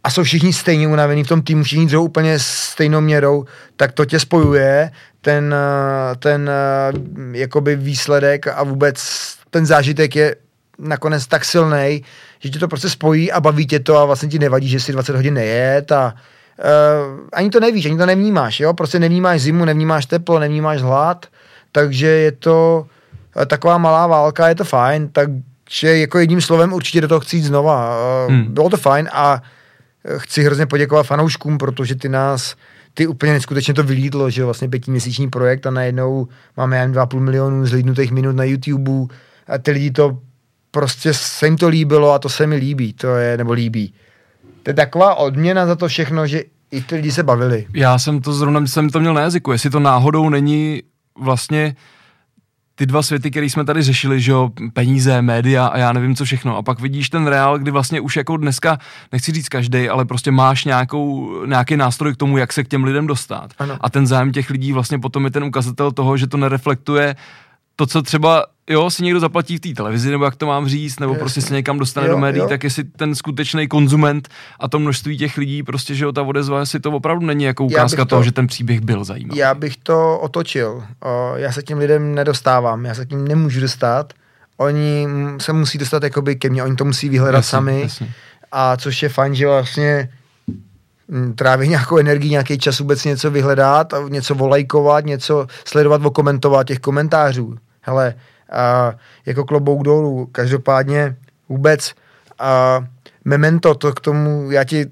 B: a jsou všichni stejně unavený v tom týmu, všichni dřou úplně stejnou měrou, tak to tě spojuje, ten jakoby výsledek a vůbec ten zážitek je nakonec tak silnej, že tě to prostě spojí a baví tě to a vlastně ti nevadí, že si 20 hodin nejet a ani to nevíš, ani to nevnímáš, jo? Prostě nevnímáš zimu, nevnímáš teplo, nevnímáš hlad, takže je to taková malá válka, je to fajn, takže jako jedním slovem určitě do toho chci jít znova. Bylo to fajn a chci hrozně poděkovat fanouškům, protože ty úplně neskutečně to vylídlo, že vlastně 5měsíční projekt a najednou máme jen 2,5 milionu zhlídnutých minut na YouTube a ty lidi to prostě se jim to líbilo a to se mi líbí, nebo líbí. To je taková odměna za to všechno, že i ty lidi se bavili.
A: Já jsem to měl na jazyku, jestli to náhodou není vlastně ty dva světy, které jsme tady řešili, že jo, peníze, média a já nevím co všechno. A pak vidíš ten reál, kdy vlastně už jako dneska, nechci říct každej, ale prostě máš nějaký nástroj k tomu, jak se k těm lidem dostat.
B: Ano.
A: A ten zájem těch lidí vlastně potom je ten ukazatel toho, že to nereflektuje to, co třeba, jo, si někdo zaplatí v té televizi, nebo jak to mám říct, nebo prostě se někam dostane do médií, tak jestli ten skutečný konzument a to množství těch lidí, prostě, že jo, ta odezva, jestli to opravdu není jako ukázka toho, že ten příběh byl zajímavý.
B: Já bych to otočil. Já se k těm lidem nedostávám, já se k ním nemůžu dostat. Oni se musí dostat jakoby ke mně, oni to musí vyhledat sami. Jasně. A což je fajn, že vlastně tráví nějakou energii, nějaký čas vůbec něco vyhledat, něco volajkovat, něco sledovat, okomentovat těch komentářů. Hele, jako klobouk dolů, každopádně vůbec memento, to k tomu,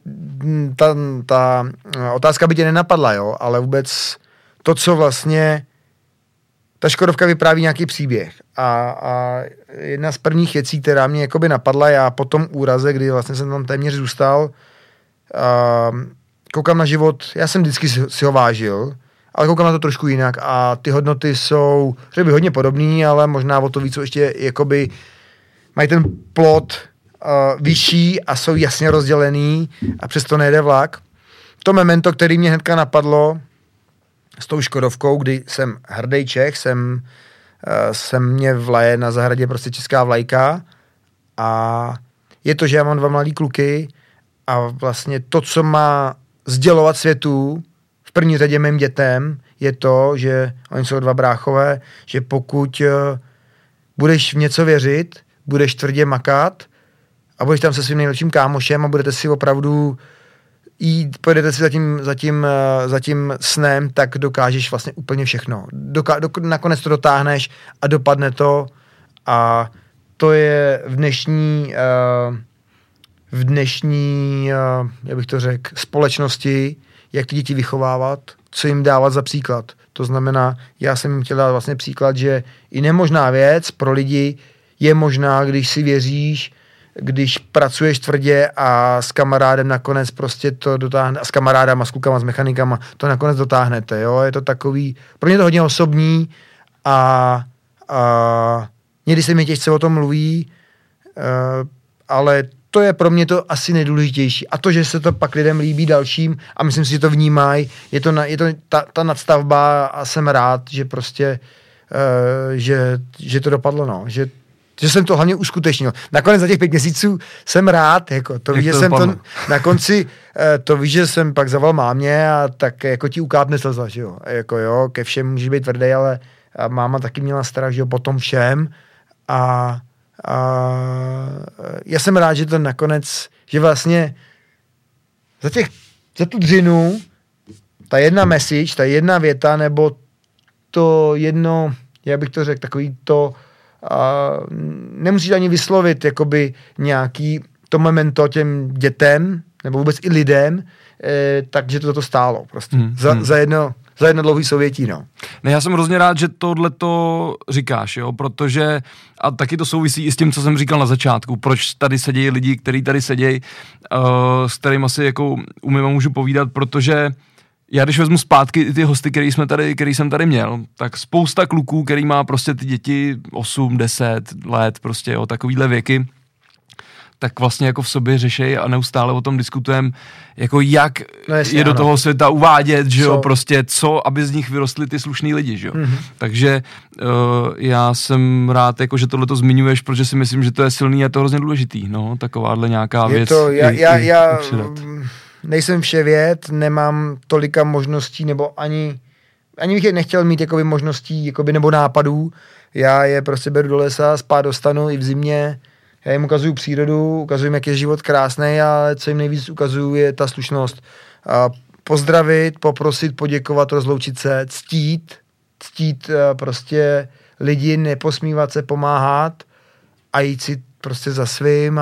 B: ta otázka by tě nenapadla, jo, ale vůbec to, co vlastně ta Škodovka vypráví nějaký příběh a jedna z prvních věcí, která mě jakoby napadla, já po tom úraze, kdy vlastně jsem tam téměř zůstal, koukám na život, já jsem vždycky si ho vážil, ale koukám na to trošku jinak a ty hodnoty jsou třeba hodně podobný, ale možná o to víc ještě jakoby mají ten plot vyšší a jsou jasně rozdělený a přesto nejde vlak. To memento, který mě hnedka napadlo s tou Škodovkou, kdy jsem hrdý Čech, jsem mě vlaje na zahradě prostě česká vlajka a je to, že já mám 2 mladý kluky a vlastně to, co má sdělovat světu, v první řadě mým dětem, je to, že oni jsou 2 bráchové, že pokud budeš v něco věřit, budeš tvrdě makat a budeš tam se svým nejlepším kámošem a budete si opravdu pojedete si za tím snem, tak dokážeš vlastně úplně všechno. Nakonec to dotáhneš a dopadne to a to je v dnešní jak bych to řekl, společnosti, jak ty děti vychovávat, co jim dávat za příklad. To znamená, já jsem jim chtěl dát vlastně příklad, že i nemožná věc pro lidi je možná, když si věříš, když pracuješ tvrdě a s kamarádem nakonec prostě to dotáhne, a s kamarádama, s klukama, s mechanikama, to nakonec dotáhnete, jo, je to takový, pro mě to hodně osobní a někdy se mi těžce o tom mluví, ale to je pro mě to asi nejdůležitější. A to, že se to pak lidem líbí dalším a myslím si, že to vnímají, je to ta nadstavba a jsem rád, že prostě, že to dopadlo, no, že jsem to hlavně uskutečnil. Nakonec za těch 5 měsíců jsem rád, jako to víš, že jsem to na konci, to víš, že jsem pak zavolal mámě a tak jako ti ukápne slza, že jo, jako jo, ke všem můžeš být tvrdý, ale máma taky měla strach, že jo, po tom všem a já jsem rád, že to nakonec, že vlastně za tu dřinu ta jedna message, ta jedna věta, nebo to jedno, já bych to řekl, takový to nemusíš ani vyslovit jakoby nějaký to memento těm dětem, nebo vůbec i lidem, takže to stálo prostě. Za jedno dlouhý Sovětí, no.
A: Ne, já jsem hrozně rád, že tohleto říkáš, jo, protože, a taky to souvisí i s tím, co jsem říkal na začátku, proč tady sedějí lidi, kteří tady sedějí, s kterými asi jako umím a můžu povídat, protože já když vezmu zpátky ty hosty, který jsem tady měl, tak spousta kluků, který má prostě ty děti 8, 10 let, prostě jo, takovýhle věky, tak vlastně jako v sobě řešej a neustále o tom diskutujeme, jako jak
B: jasně,
A: je do
B: ano.
A: toho světa uvádět, že jo, prostě co, aby z nich vyrostly ty slušný lidi, že jo. Takže já jsem rád, jako, že tohleto zmiňuješ, protože si myslím, že to je silný a je to hrozně důležitý, no, takováhle nějaká věc.
B: Já nejsem vševěd, nemám tolika možností, nebo ani bych nechtěl mít jakoby možností, jakoby, nebo nápadů. Já je prostě beru do lesa, spát dostanu i v zimě. Já jim ukazuju přírodu, ukazuju jim, jak je život krásný, ale co jim nejvíc ukazuju, je ta slušnost. Pozdravit, poprosit, poděkovat, rozloučit se, ctít prostě lidi, neposmívat se, pomáhat a jít si prostě za svým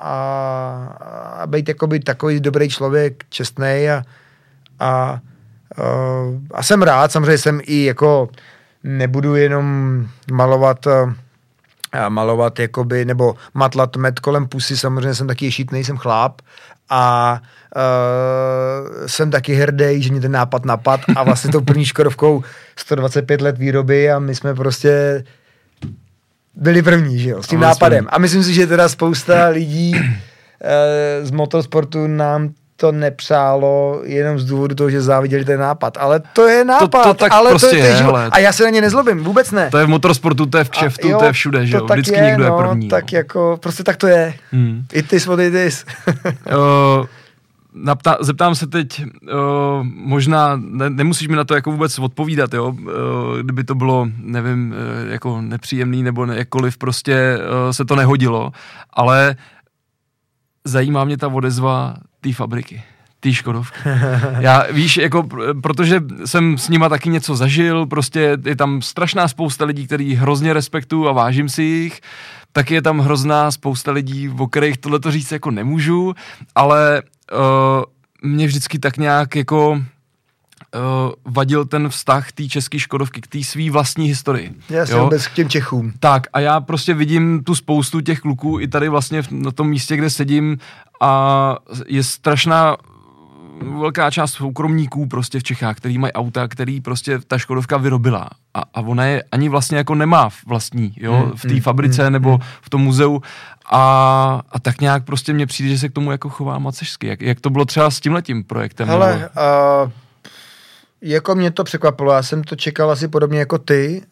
B: a být jakoby takový dobrý člověk, čestnej a jsem rád, samozřejmě jsem i jako nebudu jenom malovat jakoby, nebo matlat med kolem pusy, samozřejmě jsem taky ješitnej, jsem chlap a jsem taky hrdý, že mě ten nápad napad a vlastně tou první Škodovkou 125 let výroby a my jsme prostě byli první, že jo, s tím nápadem. A myslím si, že teda spousta lidí z motorsportu nám to nepřálo jenom z důvodu toho, že záviděli ten nápad. Ale to je nápad.
A: To tak
B: ale
A: prostě
B: to je
A: hele.
B: A já se na ně nezlobím, vůbec ne.
A: To je v motorsportu, to je v kšeftu, to je všude, že jo. Vždycky
B: je,
A: někdo je první.
B: Tak jako, prostě tak to je. It is what it is.
A: Zeptám se teď, možná nemusíš mi na to jako vůbec odpovídat, jo, kdyby to bylo, nevím, jako nepříjemný nebo jakkoliv, prostě se to nehodilo, ale zajímá mě ta odezva té fabriky, té Škodovky. Já víš, jako, protože jsem s nima taky něco zažil, prostě je tam strašná spousta lidí, který hrozně respektuju a vážím si jich, taky je tam hrozná spousta lidí, o kterých tohleto říct jako nemůžu, ale mě vždycky tak nějak jako vadil ten vztah té české Škodovky k té svý vlastní historii.
B: Já jsem vůbec k těm Čechům.
A: Tak a já prostě vidím tu spoustu těch kluků i tady vlastně na tom místě, kde sedím a je strašná velká část soukromníků prostě v Čechách, který mají auta, který prostě ta Škodovka vyrobila a ona je ani vlastně jako nemá vlastní, jo, v té fabrice nebo v tom muzeu a tak nějak prostě mně přijde, že se k tomu jako chová macešsky. Jak to bylo třeba s tímhletím projektem?
B: Hele, jako mě to překvapilo, já jsem to čekal asi podobně jako ty,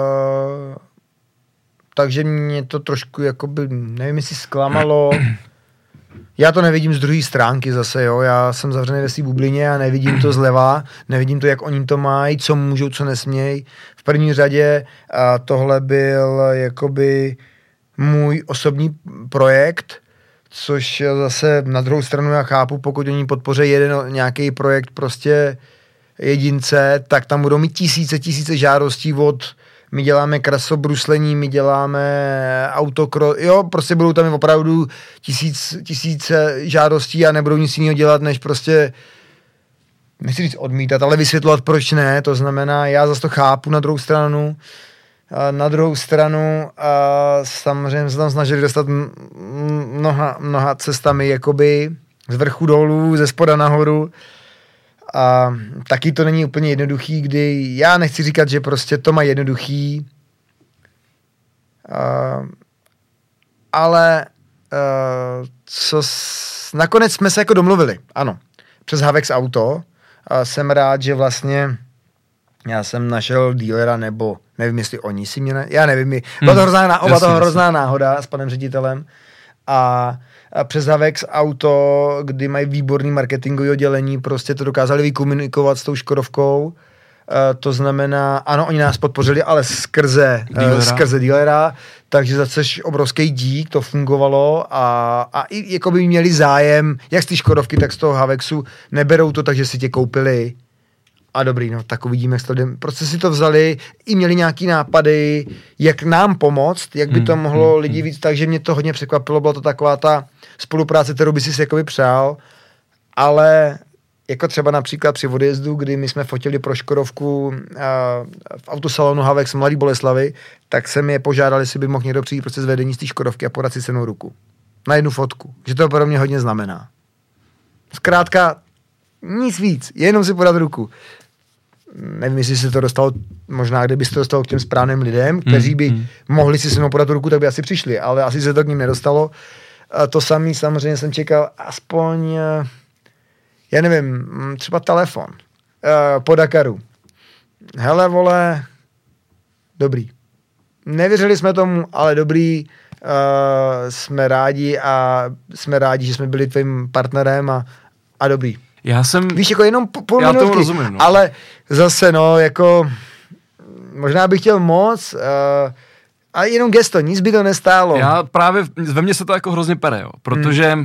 B: takže mě to trošku jakoby, nevím, jestli zklamalo. Já to nevidím z druhé stránky zase, jo, já jsem zavřený ve svý bublině a nevidím to zleva, nevidím to, jak oni to mají, co můžou, co nesmějí. V první řadě tohle byl jakoby můj osobní projekt, což zase na druhou stranu já chápu, pokud oni podpoří nějaký projekt prostě jedince, tak tam budou mít tisíce žádostí my děláme krasobruslení, my děláme autokro, jo, prostě budou tam opravdu tisíce žádostí a nebudou nic jiného dělat, než prostě, nechci říct odmítat, ale vysvětlovat, proč ne, to znamená, já zase to chápu na druhou stranu. Na druhou stranu samozřejmě se tam snažili dostat mnoha cestami, jakoby z vrchu dolů, ze spoda nahoru. A taky to není úplně jednoduchý, kdy já nechci říkat, že prostě to má jednoduchý, ale nakonec jsme se jako domluvili, ano, přes Havex Auto. Jsem rád, že vlastně já jsem našel dílera, nebo nevím, jestli oni si mě, já nevím, byla to hrozná náhoda s panem ředitelem a přes Havex Auto, kdy mají výborný marketingový oddělení, prostě to dokázali vykomunikovat s tou Škodovkou. To znamená, ano, oni nás podpořili, ale skrze dealera, takže zase obrovský dík, to fungovalo a i jako by měli zájem, jak z té Škodovky, tak z toho Havexu, neberou to tak, že si tě koupili. A dobrý, no, tak uvidíme, jak to jde. Prostě si to vzali, i měli nějaký nápady, jak nám pomoct, jak by to mohlo lidi víc, takže mě to hodně překvapilo, byla to taková ta spolupráce, kterou by si jakoby přál, ale jako třeba například při odjezdu, kdy my jsme fotili pro Škodovku v autosalonu Havex Mladý Boleslavy, tak jsem je požádal, jestli by mohl někdo přijít prostě z vedení z té Škodovky a podat si cenou ruku. Na jednu fotku. Že to pro mě hodně znamená. Zkrátka, nic víc, jenom si podat ruku. Nevím, jestli se to dostalo, možná kdyby se to dostalo k těm správným lidem, kteří by mohli si se mnou podat ruku, tak by asi přišli, ale asi se to k ním nedostalo. to samý samozřejmě jsem čekal aspoň, já nevím, třeba telefon po Dakaru. Hele, vole, dobrý. Nevěřili jsme tomu, ale dobrý, jsme rádi, že jsme byli tvým partnerem a dobrý. Víš, jako jenom půl minutky,
A: rozumím, no.
B: Ale zase, no, jako možná bych chtěl moc, a jenom gesto, nic by to nestálo.
A: Já právě, ve mně se to jako hrozně pere, jo, protože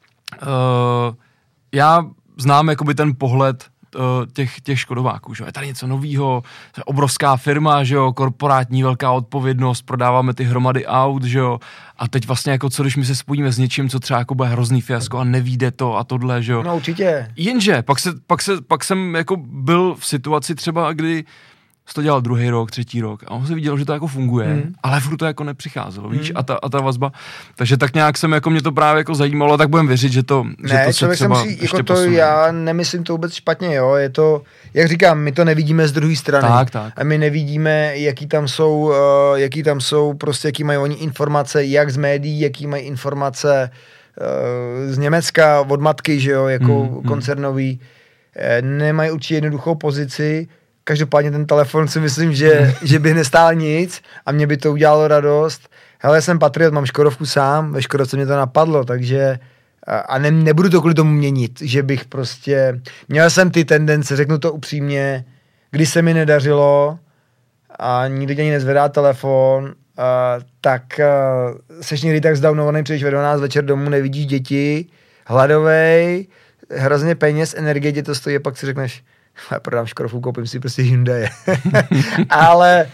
A: já znám jakoby ten pohled těch Škodováků, že je tady něco novýho, obrovská firma, že jo, korporátní velká odpovědnost, prodáváme ty hromady aut, že jo, a teď vlastně jako co, když my se spojíme s něčím, co třeba jako bude hrozný fiasko a nevíde to a tohle, že jo.
B: No určitě.
A: Jenže, pak jsem jako byl v situaci třeba, kdy to dělal 2. rok, 3. rok a on se viděl, že to jako funguje, ale furt to jako nepřicházelo, víš, a ta vazba, takže tak nějak jsem jako mě to právě jako zajímalo, tak budem věřit, že to se třeba ještě posune. Já
B: nemyslím to vůbec špatně, jo, je to, jak říkám, my to nevidíme z druhé strany.
A: Tak.
B: A my nevidíme, jaký tam jsou, prostě jaký mají oni informace, jak z médií, jaký mají informace z Německa, od matky, že jo, jako koncernový, nemají určitě jednoduchou pozici. Každopádně ten telefon si myslím, že by nestál nic a mě by to udělalo radost. Hele, jsem patriot, mám Škodovku sám, ve Škodovce mě to napadlo, takže a nebudu to kvůli tomu měnit, že bych prostě, měl jsem ty tendence, řeknu to upřímně, když se mi nedařilo a nikdo ani nezvedá telefon, tak seš někdy tak zdownovaný, přijdeš ve 12 večer domů, nevidíš děti, hladovej, hrozně peněz, energie tě to stojí a pak si řekneš, já prodám Škodovku, koupím si prostě Hyundai. Ale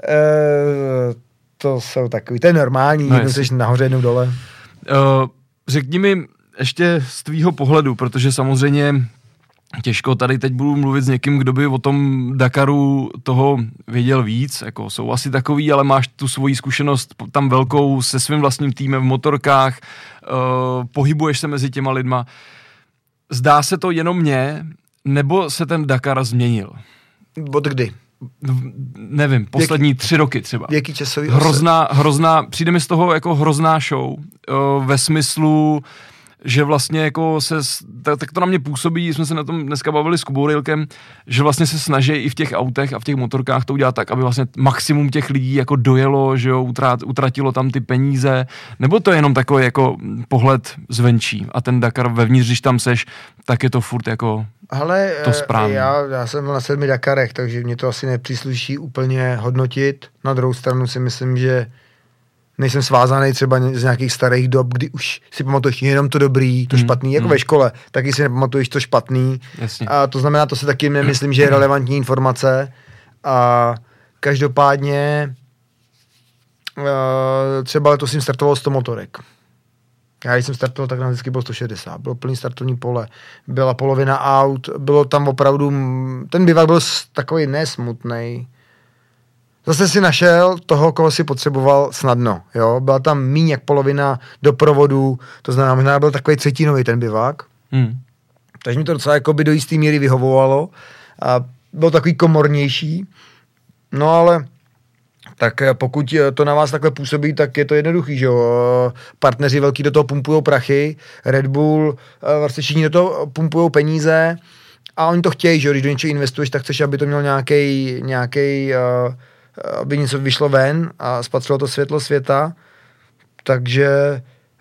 B: to jsou takový, to je normální, jednou jsi nahoře, jednou dole.
A: Řekni mi ještě z tvýho pohledu, protože samozřejmě těžko tady teď budu mluvit s někým, kdo by o tom Dakaru toho věděl víc, jako jsou asi takový, ale máš tu svoji zkušenost tam velkou se svým vlastním týmem v motorkách, pohybuješ se mezi těma lidma. Zdá se to jenom mně, nebo se ten Dakar změnil?
B: Od kdy?
A: Nevím, poslední 3 roky třeba.
B: Jaký časový
A: hrozná, přijde mi z toho jako hrozná show, ve smyslu, že vlastně jako tak to na mě působí, jsme se na tom dneska bavili s Kubou Rejlkem, že vlastně se snaží i v těch autech a v těch motorkách to udělat tak, aby vlastně maximum těch lidí jako dojelo, že jo, utratilo tam ty peníze, nebo to je jenom takový jako pohled zvenčí a ten Dakar vevnitř, když tam seš, tak je to furt jako to správně.
B: Já jsem byl na 7 Dakarech, takže mě to asi nepřísluší úplně hodnotit. Na druhou stranu si myslím, že nejsem svázaný třeba z nějakých starých dob, kdy už si pamatuješ jenom to dobrý, to špatný, jako ve škole, taky si nepamatuješ to špatný.
A: Jasně.
B: A to znamená, to si taky nemyslím, že je relevantní informace. A každopádně třeba letos jsem startoval 100 motorek. Já když jsem startoval, tak nám vždycky bylo 160. Bylo plný startovní pole, byla polovina aut, bylo tam opravdu, ten bivak byl takový nesmutnej. Zase si našel toho, koho si potřeboval snadno, jo. Byla tam míň jak polovina doprovodu, to znamená, možná byl takový třetinový ten bivák. Takže mi to docela jakoby do jistý míry vyhovovalo a byl takový komornější. No ale tak pokud to na vás takhle působí, tak je to jednoduchý, že jo. Partneři velký do toho pumpujou prachy, Red Bull, vlastně všichni do toho pumpujou peníze a oni to chtějí, že jo. Když do něčeho investuješ, tak chceš, aby to měl nějaký aby něco vyšlo ven a spatřilo to světlo světa, takže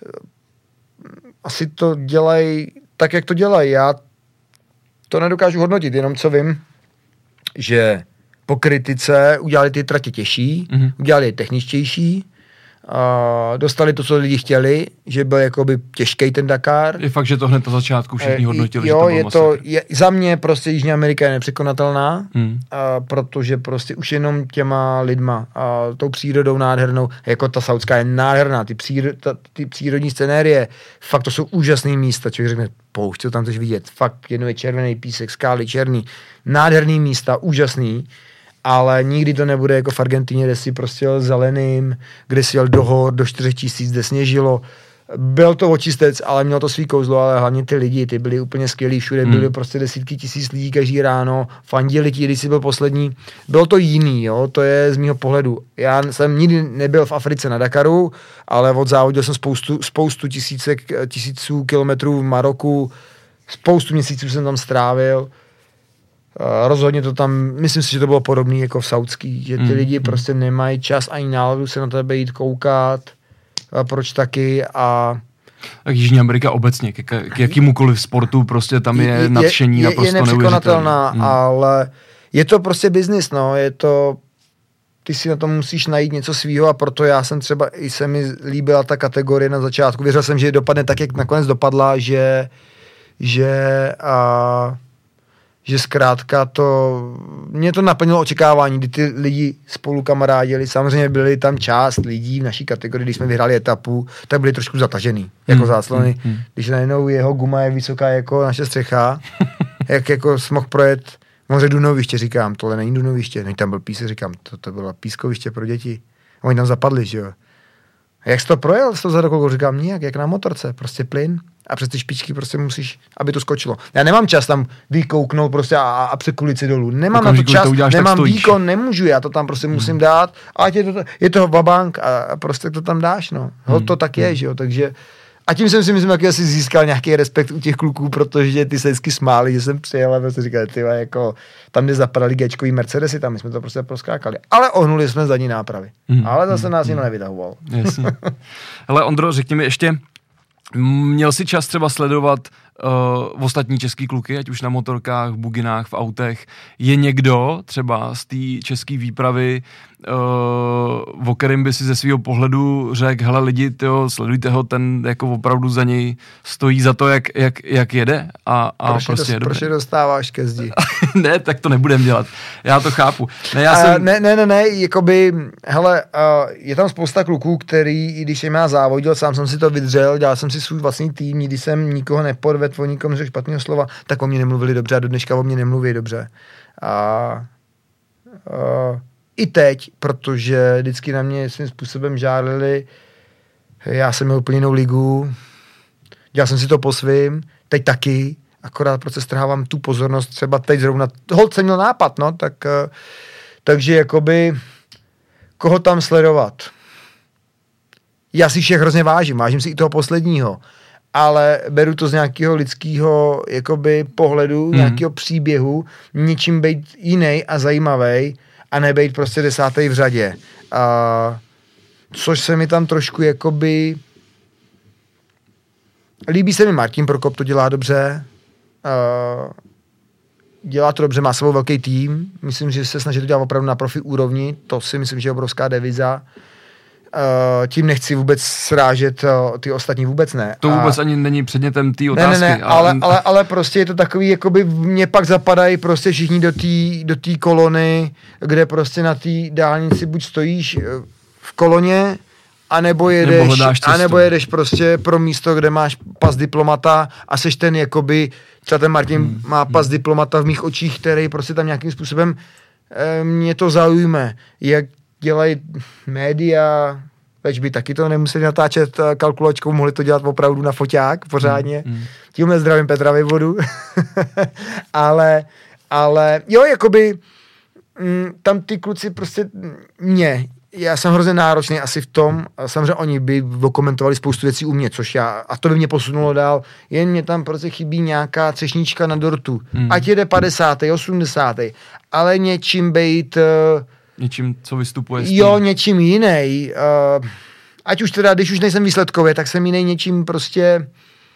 B: asi to dělají tak, jak to dělají. Já to nedokážu hodnotit, jenom co vím, že po kritice udělali ty tratě těžší, udělali je techničtější, dostali to, co lidi chtěli, že byl jakoby těžký ten Dakar.
A: Je fakt, že to hned na začátku všichni hodnotili,
B: jo,
A: že to byl
B: za mě prostě Jižní Amerika je nepřekonatelná, protože prostě už jenom těma lidma a tou přírodou nádhernou, jako ta saudská je nádherná, ty přírodní scenérie, fakt to jsou úžasný místa, člověk řekne, poušť, co tam chceš vidět, fakt jedno je červený písek, skály černý, nádherný místa, úžasný, ale nikdy to nebude jako v Argentině, kde si prostě jel zeleným, kde si jel do hor, do 4000, kde sněžilo. byl to očistec, ale mělo to svý kouzlo, ale hlavně ty lidi, ty byli úplně skvělí, všude byly prostě desítky tisíc lidí každý ráno, fandili ti, když jsi byl poslední. Bylo to jiný, jo, to je z mýho pohledu. Já jsem nikdy nebyl v Africe na Dakaru, ale odzávodil jsem spoustu tisíců kilometrů v Maroku, spoustu měsíců jsem tam strávil. Rozhodně to tam, myslím si, že to bylo podobné jako v Saudský, že ty lidi prostě nemají čas ani náladu se na tebe jít koukat, proč taky a...
A: Tak Jižní Amerika obecně, k jakýmukoliv sportu prostě tam je nadšení naprosto neuvěřitelné. Je nepřekonatelná,
B: ale je to prostě biznis, no, je to, ty si na tom musíš najít něco svýho a proto já jsem třeba, i se mi líbila ta kategorie na začátku, věřil jsem, že dopadne tak, jak nakonec dopadla, že zkrátka mě to naplnilo očekávání, kdy ty lidi spolu kamarádili, samozřejmě byli tam část lidí v naší kategorii, když jsme vyhráli etapu, tak byli trošku zatažený, jako záclony, když najednou jeho guma je vysoká jako naše střecha, jak jako mohl projet, moře Dunoviště, říkám, tohle není Dunoviště, no tam byl písek, říkám, to bylo pískoviště pro děti, oni tam zapadli, že jo. A jak jsi to projel, za dokolku, říkám, nijak, jak na motorce, prostě plyn. A přes ty špičky prostě musíš, aby to skočilo. Já nemám čas tam vykouknout prostě a překulit si dolů. Nemám na to čas, nemám výkon, nemůžu, já to tam prostě musím dát. A je to babank a prostě to tam dáš, no. To tak je, že jo, takže... A tím jsem si myslím, jak asi získal nějaký respekt u těch kluků, protože ty se vždycky smáli, že jsem přijel a prostě říkali, ty jako tam, kde zapadaly G-čkový Mercedesy, tam my jsme to prostě proskákali. Ale ohnuli jsme zadní nápravy. Ale zase nás nikdo nevytahoval.
A: Jasně. Hele, Ondro, řekni mi ještě, měl jsi čas třeba sledovat ostatní český kluky, ať už na motorkách, v buginách, v autech. Je někdo třeba z té české výpravy, o kterém by si ze svého pohledu řekl, hele lidi, tyjo, sledujte ho, ten jako opravdu za něj stojí za to, jak jede a prostě je dobrý.
B: Proč je dostáváš ke zdi?
A: Ne, tak to nebudem dělat. Já to chápu.
B: Ne, jakoby, hele, je tam spousta kluků, který, i když jim já závodil, sám jsem si to vydřel, dělal jsem si svůj vlastní tým, když jsem nikoho nepodvedl, o nikom řekl špatného slova, tak o mě nemluvili dobře a do dneška o mě nemluví dobře. I teď, protože vždycky na mě svým způsobem žádali, já jsem měl úplně jinou ligu, dělal jsem si to po svým, teď taky, akorát prostě strhávám tu pozornost, třeba teď zrovna, holt jsem měl nápad, no, takže jakoby, koho tam sledovat? Já si všech hrozně vážím si i toho posledního, ale beru to z nějakého lidského jakoby pohledu, nějakého příběhu, něčím být jiný a zajímavý a nebejt prostě 10. v řadě. Což se mi tam trošku jakoby... Líbí se mi Martin Prokop, to dělá dobře. Dělá to dobře, má sebou velký tým. Myslím, že se snaží to dělat opravdu na profi úrovni. To si myslím, že je obrovská deviza. Tím nechci vůbec srážet ty ostatní, vůbec ne.
A: To vůbec ani není předmětem té otázky.
B: Ne, ale prostě je to takový, jakoby mě pak zapadají prostě všichni do té kolony, kde prostě na té dálnici buď stojíš v koloně, anebo jedeš prostě pro místo, kde máš pas diplomata a seš ten jakoby, třeba ten Martin má pas diplomata v mých očích, který prostě tam nějakým způsobem mě to zaujme, jak dělají média, veď by taky to nemuseli natáčet kalkulačkou, mohli to dělat opravdu na foťák pořádně. Tímhle zdravím Petra Vejvodu. ale jo, jakoby tam ty kluci prostě já jsem hrozně náročný asi v tom, samozřejmě oni by dokumentovali spoustu věcí u mě, což a to by mě posunulo dál, jen mě tam prostě chybí nějaká třešnička na dortu. Ať jede 50., 80., ale něčím bejt...
A: Něčím, co vystupuje.
B: Jo, něčím jiný. Ať už teda, když už nejsem výsledkově, tak jsem jiný něčím prostě...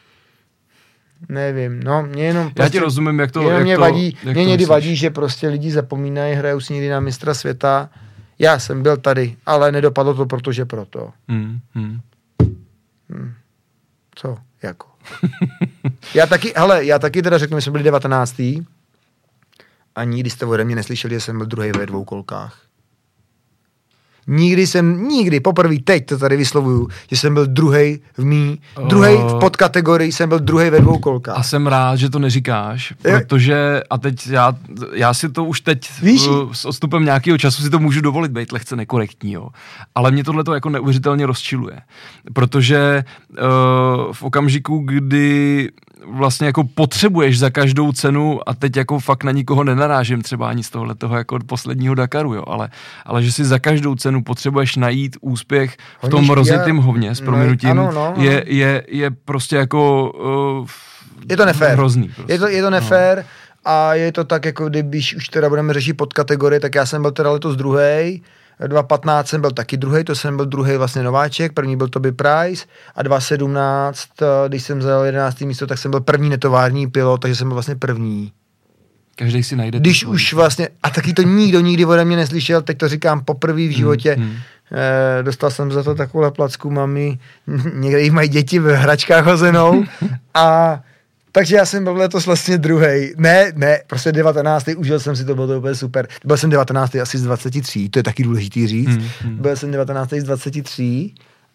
B: Nevím, no, mě jenom...
A: Prostě, já ti rozumím, jak to...
B: Mě někdy vadí, že prostě lidi zapomínají, hrajou si někdy na mistra světa. Já jsem byl tady, ale nedopadlo to, protože proto. Co? Jako? já taky teda řeknu, že jsme byli 19. A nikdy jste ode mě neslyšeli, že jsem byl druhý ve 2 kolkách. Nikdy, poprvé teď to tady vyslovuju, že jsem byl druhej v podkategorii, jsem byl druhej ve 2 kolkách.
A: A jsem rád, že to neříkáš, protože, a teď já si to už teď s odstupem nějakého času si to můžu dovolit být lehce nekorektní, jo. Ale mě tohle to jako neuvěřitelně rozčiluje, protože v okamžiku, kdy vlastně jako potřebuješ za každou cenu, a teď jako fakt na nikoho nenarážím třeba ani z tohohletoho jako posledního Dakaru, jo, ale že si za každou cenu potřebuješ najít úspěch v tom rozjetým hovně s prominutím, je prostě jako
B: je to nefér.
A: Hrozný. Prostě.
B: Je to nefér a je to tak, jako když už teda budeme řešit podkategorie, tak já jsem byl teda letos druhej, 2015 jsem byl taky druhej, to jsem byl druhej vlastně nováček, první byl Toby Price a 2017, když jsem zajel 11. místo, tak jsem byl první netovární pilot, takže jsem byl vlastně první.
A: Každý si najde.
B: Když už vlastně, a taky to nikdo nikdy ode mě neslyšel, teď to říkám poprvé v životě, dostal jsem za to takovou placku mami, někde jich mají děti v hračkách hozenou a takže já jsem byl letos vlastně druhej. Ne, prostě 19. Užil jsem si to, bylo to úplně super. Byl jsem 19. asi z 23, to je taky důležitý říct. Byl jsem 19. z 23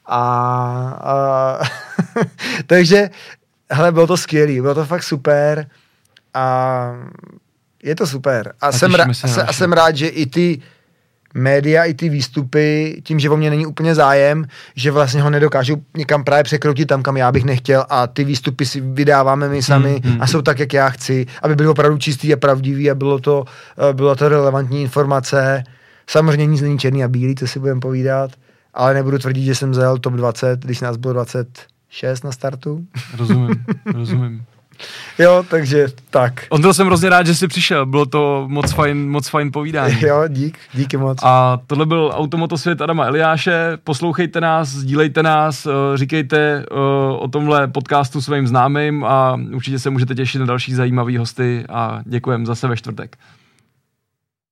B: a takže, hele, bylo to skvělý, bylo to fakt super a je to super. A jsem rád, že i ty média, i ty výstupy, tím, že o mě není úplně zájem, že vlastně ho nedokážu někam právě překroutit tam, kam já bych nechtěl a ty výstupy si vydáváme my sami a jsou tak, jak já chci, aby byly opravdu čistý a pravdivý a bylo to relevantní informace. Samozřejmě nic není černý a bílý, to si budeme povídat, ale nebudu tvrdit, že jsem zajel top 20, když nás bylo 26 na startu.
A: Rozumím.
B: Jo, takže tak.
A: Ondro, jsem hrozně rád, že jsi přišel, bylo to moc fajn povídání.
B: Jo, díky moc.
A: A tohle byl Automotosvět Adama Eliáše, poslouchejte nás, sdílejte nás, říkejte o tomhle podcastu svým známým a určitě se můžete těšit na další zajímavý hosty a děkujem zase ve čtvrtek.